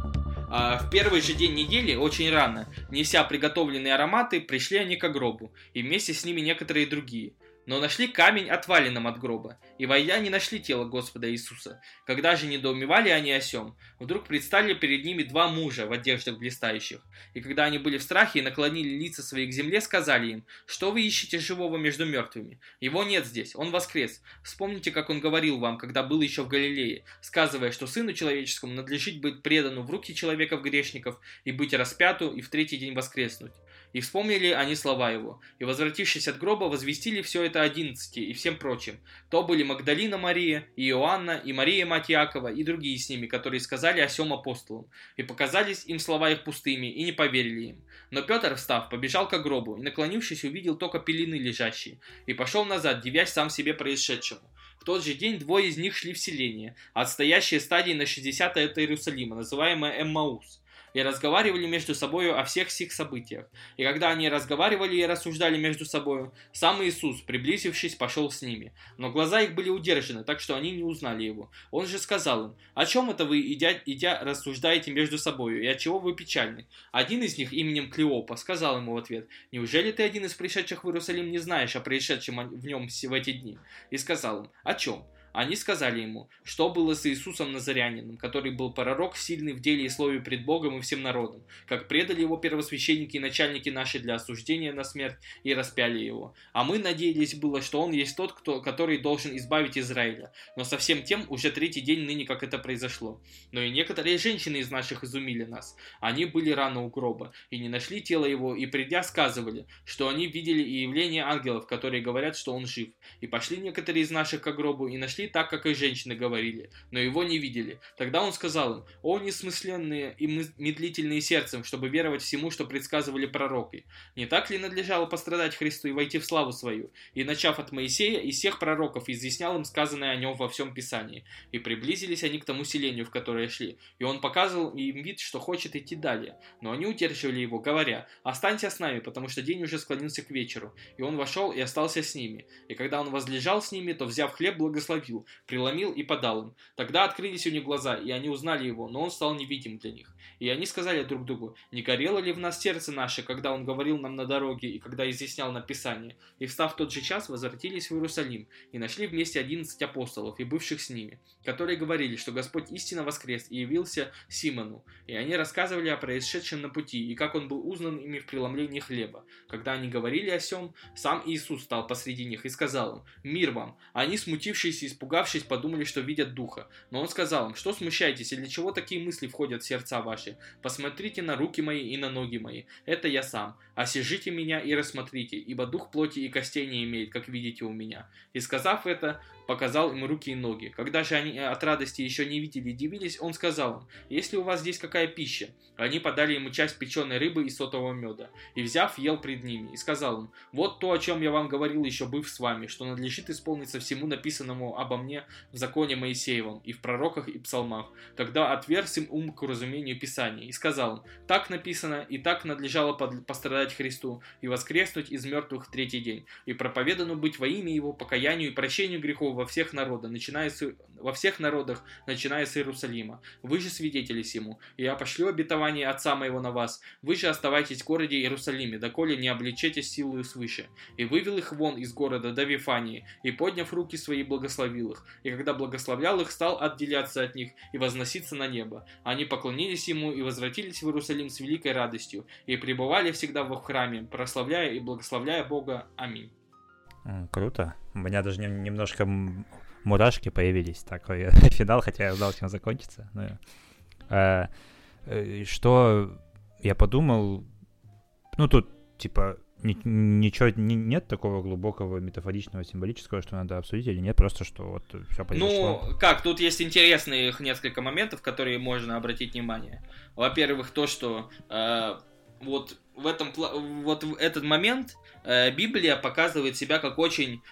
В первый же день недели, очень рано, неся приготовленные ароматы, пришли они к гробу, и вместе с ними некоторые другие. Но нашли камень отваленным от гроба, и войдя не нашли тело Господа Иисуса. Когда же недоумевали они о сем, вдруг предстали перед ними два мужа в одеждах блистающих. И когда они были в страхе и наклонили лица свои к земле, сказали им: «Что вы ищете живого между мертвыми? Его нет здесь, он воскрес. Вспомните, как он говорил вам, когда был еще в Галилее, сказывая, что Сыну Человеческому надлежит быть предану в руки человеков-грешников и быть распяту, и в третий день воскреснуть». И вспомнили они слова его, и, возвратившись от гроба, возвестили все это 11 и всем прочим. То были Магдалина Мария, и Иоанна, и Мария мать Иакова, и другие с ними, которые сказали о сем апостолам. И показались им слова их пустыми, и не поверили им. Но Петр, встав, побежал к гробу, и, наклонившись, увидел только пелены лежащие, и пошел назад, дивясь сам себе происшедшему. В тот же день двое из них шли в селение, отстоящее стадии на 60 от Иерусалима, называемое Эммаус, и разговаривали между собою о всех сих событиях. И когда они разговаривали и рассуждали между собою, сам Иисус, приблизившись, пошел с ними. Но глаза их были удержаны, так что они не узнали его. Он же сказал им: «О чем это вы, идя рассуждаете между собою, и отчего вы печальны?» Один из них, именем Клеопа, сказал ему в ответ: «Неужели ты, один из пришедших в Иерусалим, не знаешь о происшедшем в нем в эти дни?» И сказал им: «О чем?» Они сказали ему, что было с Иисусом Назарянином, который был пророк, сильный в деле и слове пред Богом и всем народом, как предали его первосвященники и начальники наши для осуждения на смерть и распяли его. А мы надеялись было, что он есть тот, который должен избавить Израиля. Но со всем тем уже третий день ныне, как это произошло. Но и некоторые женщины из наших изумили нас. Они были рано у гроба и не нашли тело его, и придя сказывали, что они видели и явление ангелов, которые говорят, что он жив. И пошли некоторые из наших к гробу и нашли так, как и женщины говорили, но его не видели. Тогда он сказал им: «О, несмысленные и медлительные сердцем, чтобы веровать всему, что предсказывали пророки. Не так ли надлежало пострадать Христу и войти в славу свою? И, начав от Моисея и всех пророков, изъяснял им сказанное о нем во всем Писании. И приблизились они к тому селению, в которое шли. И он показывал им вид, что хочет идти далее. Но они удерживали его, говоря: «Останься с нами, потому что день уже склонился к вечеру». И он вошел и остался с ними. И когда он возлежал с ними, то, взяв хлеб, благословил, преломил и подал им. Тогда открылись у них глаза, и они узнали его, но он стал невидим для них. И они сказали друг другу: «Не горело ли в нас сердце наше, когда он говорил нам на дороге и когда изъяснял нам Писание?» И, встав в тот же час, возвратились в Иерусалим, и нашли вместе 11 апостолов и бывших с ними, которые говорили, что Господь истинно воскрес и явился Симону. И они рассказывали о происшедшем на пути, и как он был узнан ими в преломлении хлеба. Когда они говорили о сем, сам Иисус стал посреди них и сказал им: «Мир вам!» Они, смутившись и испугавшись, подумали, что видят духа. Но он сказал им: «Что смущаетесь, и для чего такие мысли входят в сердца ваши? Посмотрите на руки мои и на ноги мои. Это я сам. Осижите меня и рассмотрите, ибо дух плоти и костей не имеет, как видите у меня». И сказав это, показал им руки и ноги. Когда же они от радости еще не видели и дивились, он сказал им: «Есть ли у вас здесь какая пища?» Они подали ему часть печеной рыбы и сотового меда. И, взяв, ел пред ними. И сказал им: «Вот то, о чем я вам говорил, еще быв с вами, что надлежит исполниться всему написанному об обо мне в законе Моисеевом и в пророках и псалмах. Тогда отверз им ум к разумению Писания, и сказал им: так написано, и так надлежало пострадать Христу, и воскреснуть из мертвых в третий день, и проповедану быть во имя Его покаянию и прощению грехов во всех народах, начиная с Иерусалима. Вы же свидетели сему, и я пошлю обетование Отца моего на вас. Вы же оставайтесь в городе Иерусалиме, доколе не облечетесь силою свыше. И вывел их вон из города до Вифании, и, подняв руки свои, благословил их. И когда благословлял их, стал отделяться от них и возноситься на небо. Они поклонились ему и возвратились в Иерусалим с великой радостью, и пребывали всегда в храме, прославляя и благословляя Бога. Аминь.
Круто. У меня даже немножко мурашки появились. Такой финал, хотя я знал, чем закончится. Что я подумал... Ну, тут, типа, ничего нет такого глубокого, метафоричного, символического, что надо обсудить или нет, просто что вот все произошло.
Ну, как, тут есть интересных несколько моментов, которые можно обратить внимание. Во-первых, то, что вот в этот момент Библия показывает себя как очень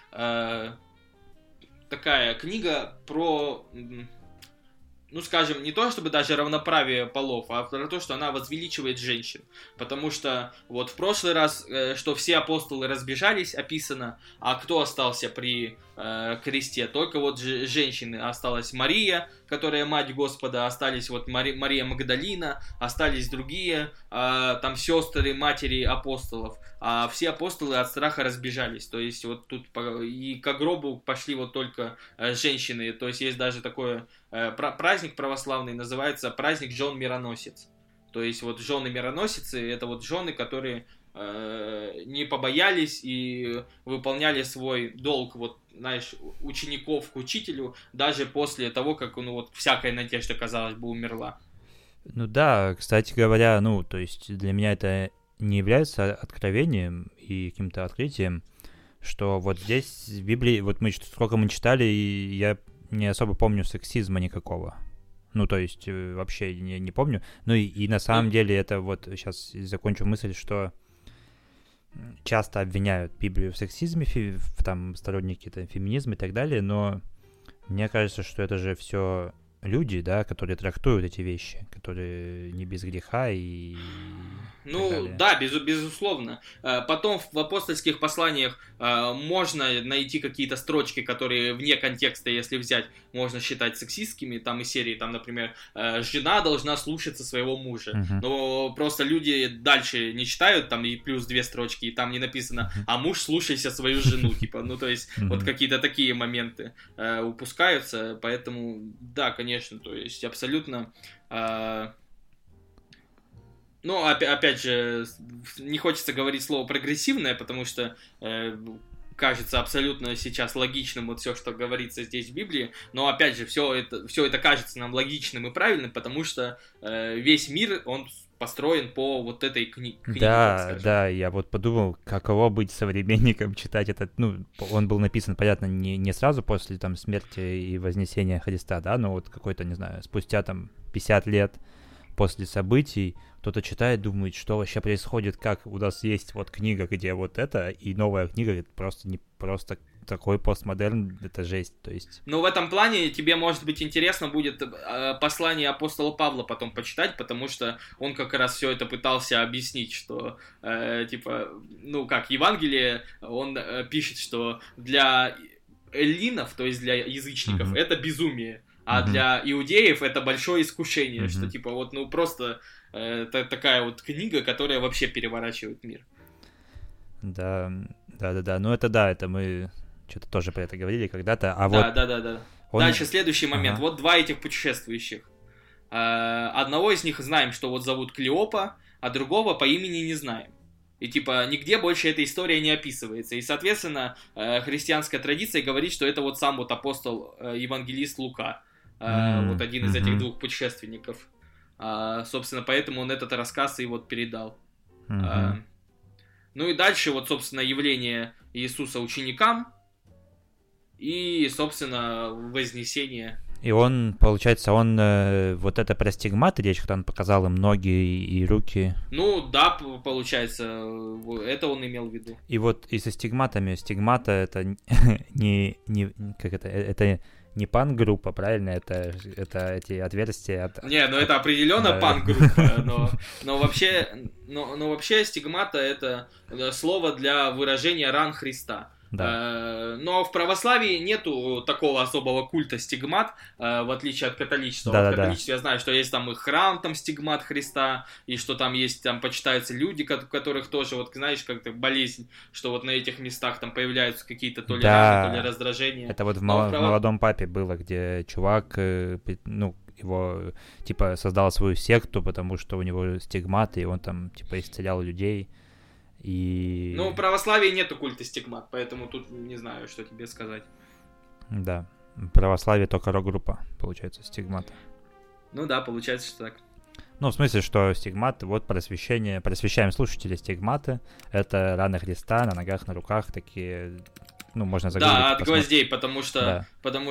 такая книга про... Ну, скажем, не то чтобы даже равноправие полов, а про то, что она возвеличивает женщин. Потому что вот в прошлый раз, что все апостолы разбежались, описано, а кто остался при кресте? Только вот женщины. Осталась Мария, которая мать Господа, остались вот Мария Магдалина, остались другие, там сестры, матери апостолов. А все апостолы от страха разбежались. То есть вот тут и к гробу пошли вот только женщины. То есть есть даже такое... Праздник православный называется праздник жен мироносец. То есть вот жены мироносицы — это вот жены, которые не побоялись и выполняли свой долг, вот, знаешь, учеников к учителю, даже после того, как, ну, вот, всякая надежда, казалось бы, умерла.
Ну да, кстати говоря, ну, то есть для меня это не является откровением и каким-то открытием, что вот здесь в Библии, вот сколько мы читали, и я не особо помню сексизма никакого. Ну, то есть вообще не помню. Ну и на самом деле это вот, сейчас закончу мысль, что часто обвиняют Библию в сексизме, там сторонники феминизма и так далее, но мне кажется, что это же все люди, да, которые трактуют эти вещи, которые не без греха и...
Ну, да, безусловно. Потом в апостольских посланиях можно найти какие-то строчки, которые вне контекста, если взять, можно считать сексистскими, там из серии, там, например, жена должна слушаться своего мужа. Но просто люди дальше не читают, там и плюс 2 строчки, и там не написано: а муж, слушайся свою жену, типа, ну, то есть, вот какие-то такие моменты упускаются, поэтому, да, конечно, то есть, абсолютно... Ну, опять же, не хочется говорить слово «прогрессивное», потому что кажется абсолютно сейчас логичным вот все, что говорится здесь в Библии, но, опять же, все это кажется нам логичным и правильным, потому что весь мир, он построен по вот этой книге.
Да, я вот подумал, каково быть современником, читать этот, ну, он был написан, понятно, не сразу после там смерти и вознесения Христа, да, но вот какой-то, не знаю, спустя там 50 лет после событий, кто-то читает, думает, что вообще происходит, как у нас есть вот книга, где вот это, и новая книга, это просто не просто такой постмодерн, это жесть, то есть...
Ну, в этом плане тебе, может быть, интересно будет послание апостола Павла потом почитать, потому что он как раз все это пытался объяснить, что, типа, ну, как Евангелие, он пишет, что для эллинов, то есть для язычников, это безумие, а для иудеев это большое искушение, что, типа, вот, ну, просто это такая вот книга, которая вообще переворачивает мир.
Да, ну это мы что-то тоже про это говорили когда-то, а
Да. Дальше следующий момент, вот 2 этих путешествующих. Одного из них знаем, что вот зовут Клеопа, а другого по имени не знаем. И типа нигде больше эта история не описывается. И, соответственно, христианская традиция говорит, что это вот сам вот апостол, евангелист Лука, вот один из этих 2 путешественников. Собственно, поэтому он этот рассказ и вот передал. Ну и дальше вот, собственно, явление Иисуса ученикам и, собственно, вознесение
И он, получается, вот это про стигматы речь, когда он показал им ноги и руки.
Ну, да, получается, это он имел в виду.
И вот и со стигматами. Стигмата это это не панк-группа, правильно? Это эти отверстия от...
Не, ну это определенно панк-группа, но вообще стигмата это слово для выражения ран Христа.
Да.
Но в православии нету такого особого культа стигмат, в отличие от католичества.
Да,
в католичестве я знаю, что есть там и храм, там стигмат Христа, и что там есть, там почитаются люди, у которых тоже, вот знаешь, как-то болезнь, что вот на этих местах там появляются какие-то то ли раны, то ли раздражения.
Это вот в «Молодом папе» было, где чувак, ну, его, типа, создал свою секту, потому что у него стигматы, и он там, типа, исцелял людей. И...
Ну, в православии нету культа стигмат, поэтому тут не знаю, что тебе сказать.
Да, в православии только рок-группа, получается, стигмата.
Ну да, получается, что так.
Ну, в смысле, что стигматы, вот просвещаем слушателей, стигматы, это раны Христа на ногах, на руках, такие, ну, можно загуглить.
Да, от гвоздей, потому что,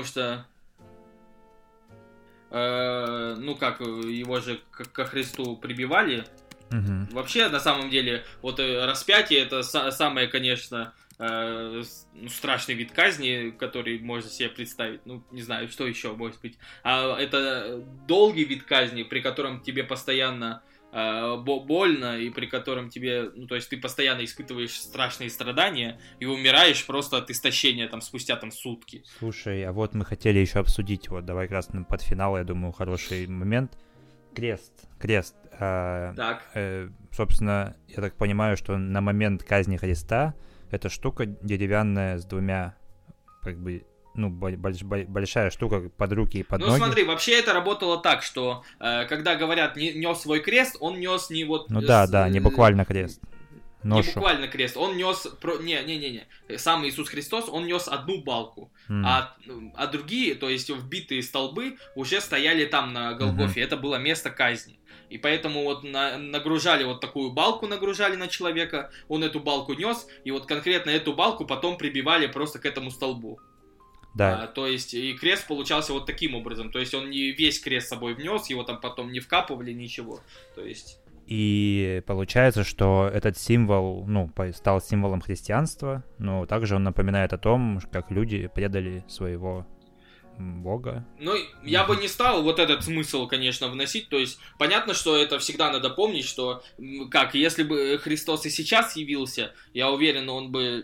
ну как, его же ко Христу прибивали.
Угу.
Вообще, на самом деле, вот распятие это самое, конечно, страшный вид казни, который можно себе представить. Ну, не знаю, что еще может быть. Это долгий вид казни, при котором тебе постоянно больно, и при котором тебе, ну, то есть ты постоянно испытываешь страшные страдания и умираешь просто от истощения там спустя там сутки.
Слушай, а вот мы хотели еще обсудить, вот давай как раз под финал, я думаю, хороший момент. Крест.
Так.
Собственно, я так понимаю, что на момент казни Христа эта штука деревянная с двумя, как бы, ну, большая штука под руки и под ноги.
Ну, смотри, вообще это работало так, что, когда говорят «нес свой крест», он нес не вот...
Ну да, не буквально крест. Ношу.
Не буквально крест, он нес... Не. Сам Иисус Христос, он нес одну балку, а другие, то есть вбитые столбы, уже стояли там на Голгофе. Это было место казни. И поэтому вот нагружали вот такую балку, нагружали на человека, он эту балку нес, и вот конкретно эту балку потом прибивали просто к этому столбу.
Да.
То есть и крест получался вот таким образом. То есть он не весь крест с собой внес, его там потом не вкапывали, ничего. То есть...
И получается, что этот символ, ну, стал символом христианства, но также он напоминает о том, как люди предали своего Бога.
Ну, я бы не стал вот этот смысл, конечно, вносить. То есть, понятно, что это всегда надо помнить, что, как, если бы Христос и сейчас явился, я уверен, он бы...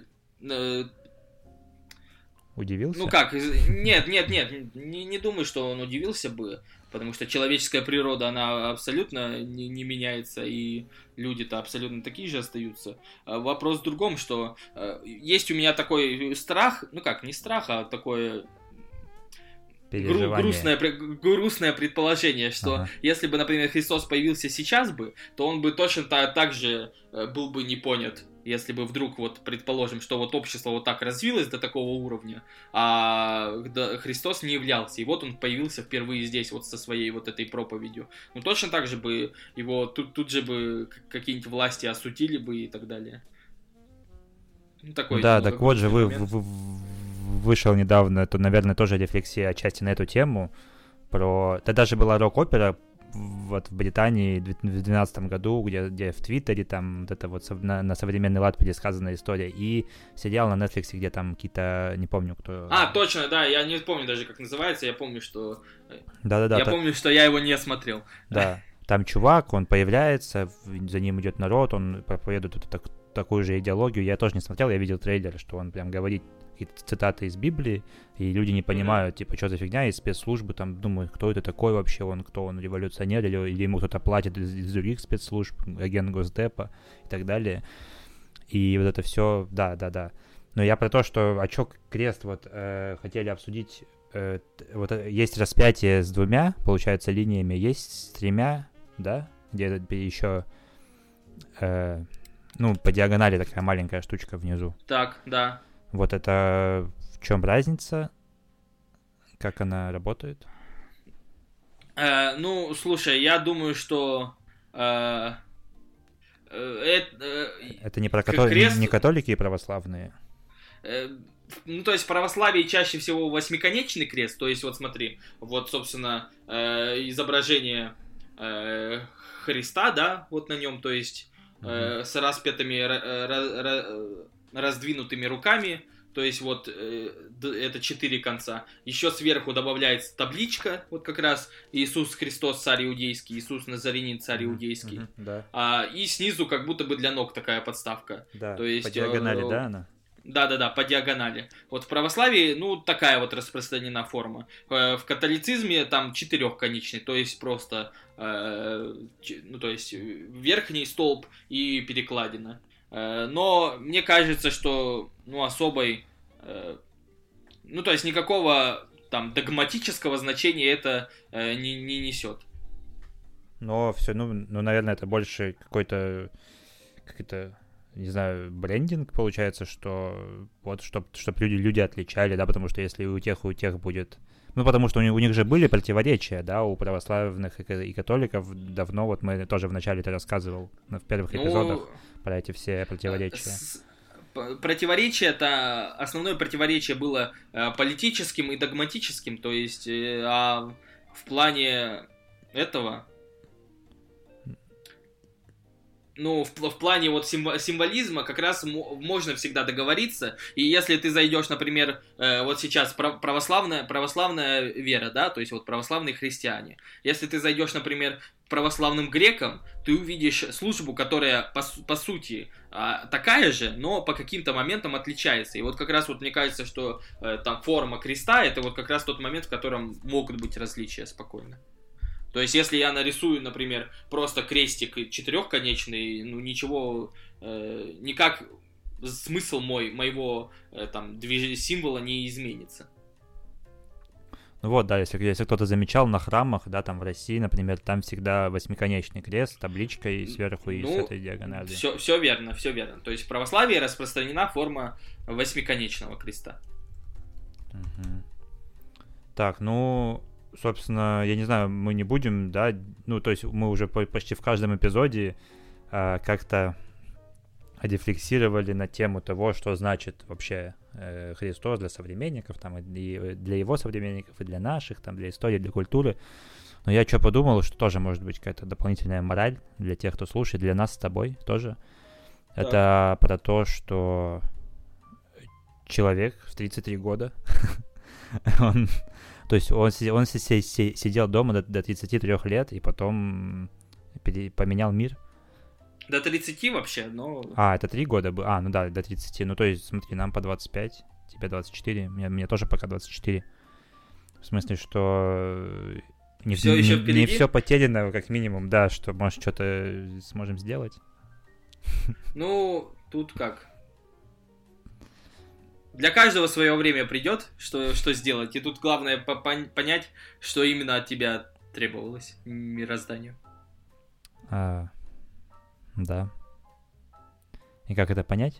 Удивился?
Ну как, нет, не думаю, что он удивился бы, потому что человеческая природа, она абсолютно не меняется, и люди-то абсолютно такие же остаются. Вопрос в другом, что есть у меня такой страх, ну как, не страх, а такое... грустное предположение, что если бы, например, Христос появился сейчас бы, то он бы точно так же был бы не понят, если бы вдруг, вот, предположим, что вот общество вот так развилось до такого уровня, а Христос не являлся, и вот он появился впервые здесь вот со своей вот этой проповедью. Ну, точно так же бы его тут же бы какие-нибудь власти осудили бы и так далее. Ну, такой,
да, так вот же вышел недавно, это, наверное, тоже рефлексия отчасти на эту тему, про... Да даже была рок-опера вот в Британии в 2012 году, где в Твиттере там вот это вот на современный лад пересказанная история, и сериал на Netflix, где там какие-то, не помню кто...
точно, да, я не помню даже, как называется, я помню, что...
Да-да-да.
Помню, что я его не смотрел.
Да, там чувак, он появляется, за ним идет народ, он проповедует такую же идеологию, я тоже не смотрел, я видел трейлер, что он прям говорит какие-то цитаты из Библии, и люди не понимают, типа, что за фигня, из спецслужбы, там, думают, кто это такой вообще, кто он, революционер, или ему кто-то платит из других спецслужб, агент Госдепа и так далее. И вот это все, да. Но я про то, что, крест, вот, хотели обсудить, вот есть распятие с двумя, получается, линиями, есть с тремя, да, где еще, по диагонали такая маленькая штучка внизу.
Так, да.
Вот это в чем разница? Как она работает?
Слушай, я думаю, что
это не про не католики и православные?
ну, то есть в православии чаще всего восьмиконечный крест, то есть вот смотри, вот, собственно, изображение Христа, да, вот на нем, то есть с распятыми, раздвинутыми руками, то есть вот это 4 конца. Еще сверху добавляется табличка, вот как раз Иисус Христос, царь иудейский, Иисус Назарянин, царь иудейский.
Да.
И снизу как будто бы для ног такая подставка.
Да,
то есть,
по диагонали, да, она?
Да, по диагонали. Вот в православии, ну, такая вот распространена форма. В католицизме там 4-конечный, то есть просто, ну, то есть верхний столб и перекладина. Но мне кажется, что, ну, особой, ну, то есть никакого там догматического значения это не несет.
Но все, ну, наверное, это больше какой-то, не знаю, брендинг получается, что вот, чтобы люди отличали, да, потому что если у тех будет... Ну, потому что у них же были противоречия, да, у православных и католиков давно, вот мы тоже вначале ты рассказывал в первых эпизодах про эти все противоречия.
Противоречие, это основное противоречие было политическим и догматическим, то есть в плане этого... Ну, в плане вот символизма как раз можно всегда договориться. И если ты зайдешь, например, вот сейчас православная вера, да, то есть вот православные христиане. Если ты зайдешь, например, к православным грекам, ты увидишь службу, которая по сути такая же, но по каким-то моментам отличается. И вот как раз вот мне кажется, что там форма креста это вот как раз тот момент, в котором могут быть различия спокойно. То есть, если я нарисую, например, просто крестик 4-конечный, ну, ничего, никак смысл моего там символа не изменится.
Ну вот, да, если кто-то замечал на храмах, да, там в России, например, там всегда 8-конечный крест с табличкой сверху и с этой диагональю.
Все верно. То есть, в православии распространена форма 8-конечного креста.
Угу. Так, ну... Собственно, я не знаю, мы не будем, да, ну, то есть мы уже почти в каждом эпизоде как-то рефлексировали на тему того, что значит вообще Христос для современников, там, и для его современников, и для наших, там, для истории, для культуры. Но я что подумал, что тоже может быть какая-то дополнительная мораль для тех, кто слушает, для нас с тобой тоже. Да. Это про то, что человек в 33 года, То есть он сидел дома до 33 лет и потом поменял мир.
До 30 вообще, но...
Это 3 года было. Ну да, до 30. Ну то есть, смотри, нам по 25, тебе 24, мне тоже пока 24. В смысле, что не все потеряно, как минимум, да, что, может, что-то сможем сделать.
Ну, тут как... Для каждого свое время придет, что сделать. И тут главное понять, что именно от тебя требовалось мирозданию.
Да. И как это понять?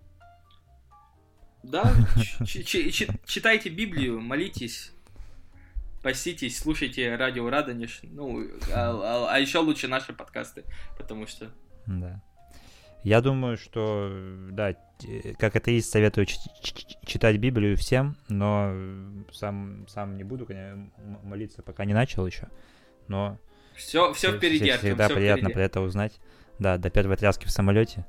Да, читайте Библию, молитесь, поститесь, слушайте радио Радонеж. Ну, а еще лучше наши подкасты, потому что...
Да. Я думаю, что, да, как атеист советую читать Библию всем, но сам не буду, конечно, молиться, пока не начал еще, но...
Все впереди, Артем,
всегда
все
приятно
впереди.
про это узнать. Да, до первой тряски в самолете.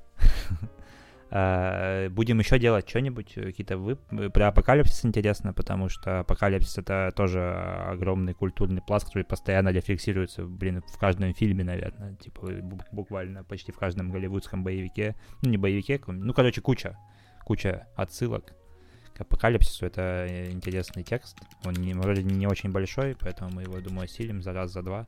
Будем еще делать что-нибудь, какие-то про апокалипсис интересно, потому что апокалипсис — это тоже огромный культурный пласт, который постоянно рефлексируется, в каждом фильме, наверное, типа буквально почти в каждом голливудском боевике, ну не боевике, ну короче куча отсылок к апокалипсису. Это интересный текст, он вроде не очень большой, поэтому мы его, думаю, осилим за раз, за два.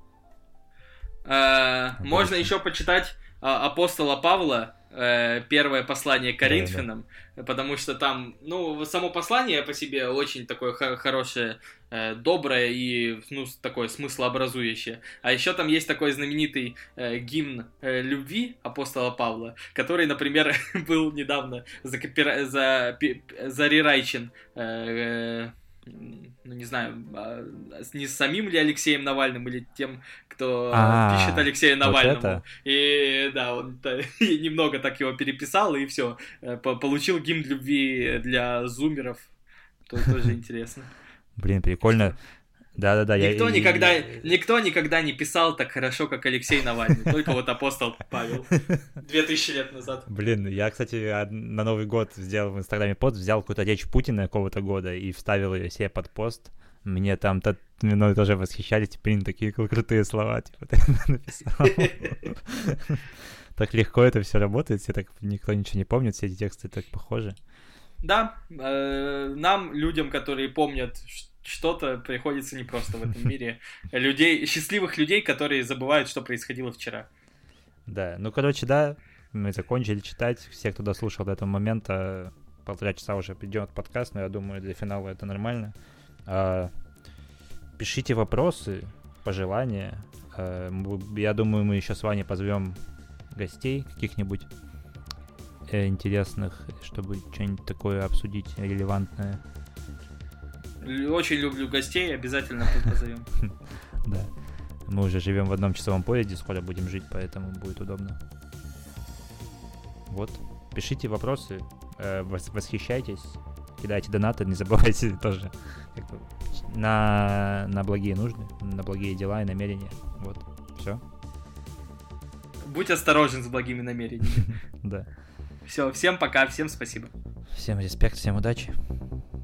Можно еще почитать апостола Павла, первое послание к Коринфянам, потому что там, ну, само послание по себе очень такое хорошее, доброе и, ну, такое смыслообразующее. А еще там есть такой знаменитый гимн любви апостола Павла, который, например, был недавно зарерайчен ну, не знаю, не с самим ли Алексеем Навальным или тем, кто пишет Алексея Навальному. И да, он немного так его переписал, и все. Получил гимн любви для зумеров. Тоже интересно.
Блин, прикольно. Да-да-да.
Никто никогда не писал так хорошо, как Алексей Навальный. Только вот апостол Павел 2000 лет назад.
Блин, я, кстати, на Новый год сделал в Инстаграме пост, взял какую-то речь Путина какого-то года и вставил ее себе под пост. Мне там мной тоже восхищались, блин, такие крутые слова, типа, ты написал. Так легко это все работает, все так, никто ничего не помнит, все эти тексты так похожи.
Да, нам, людям, которые помнят что-то, приходится непросто в этом мире. Счастливых людей, которые забывают, что происходило вчера.
Да, ну, короче, да, мы закончили читать. Все, кто дослушал до этого момента, 1,5 часа уже идет подкаст, но я думаю, для финала это нормально. Пишите вопросы, пожелания. Я думаю, мы еще с Ваней позовем гостей каких-нибудь интересных, чтобы что-нибудь такое обсудить, релевантное.
Очень люблю гостей, обязательно позовем.
Да. Мы уже живем в 1-часовом поезде, скоро будем жить, поэтому будет удобно. Вот. Пишите вопросы, восхищайтесь, кидайте донаты, не забывайте тоже на благие нужды, на благие дела и намерения. Вот. Все.
Будь осторожен с благими намерениями.
Да.
Все, всем пока, всем спасибо.
Всем респект, всем удачи.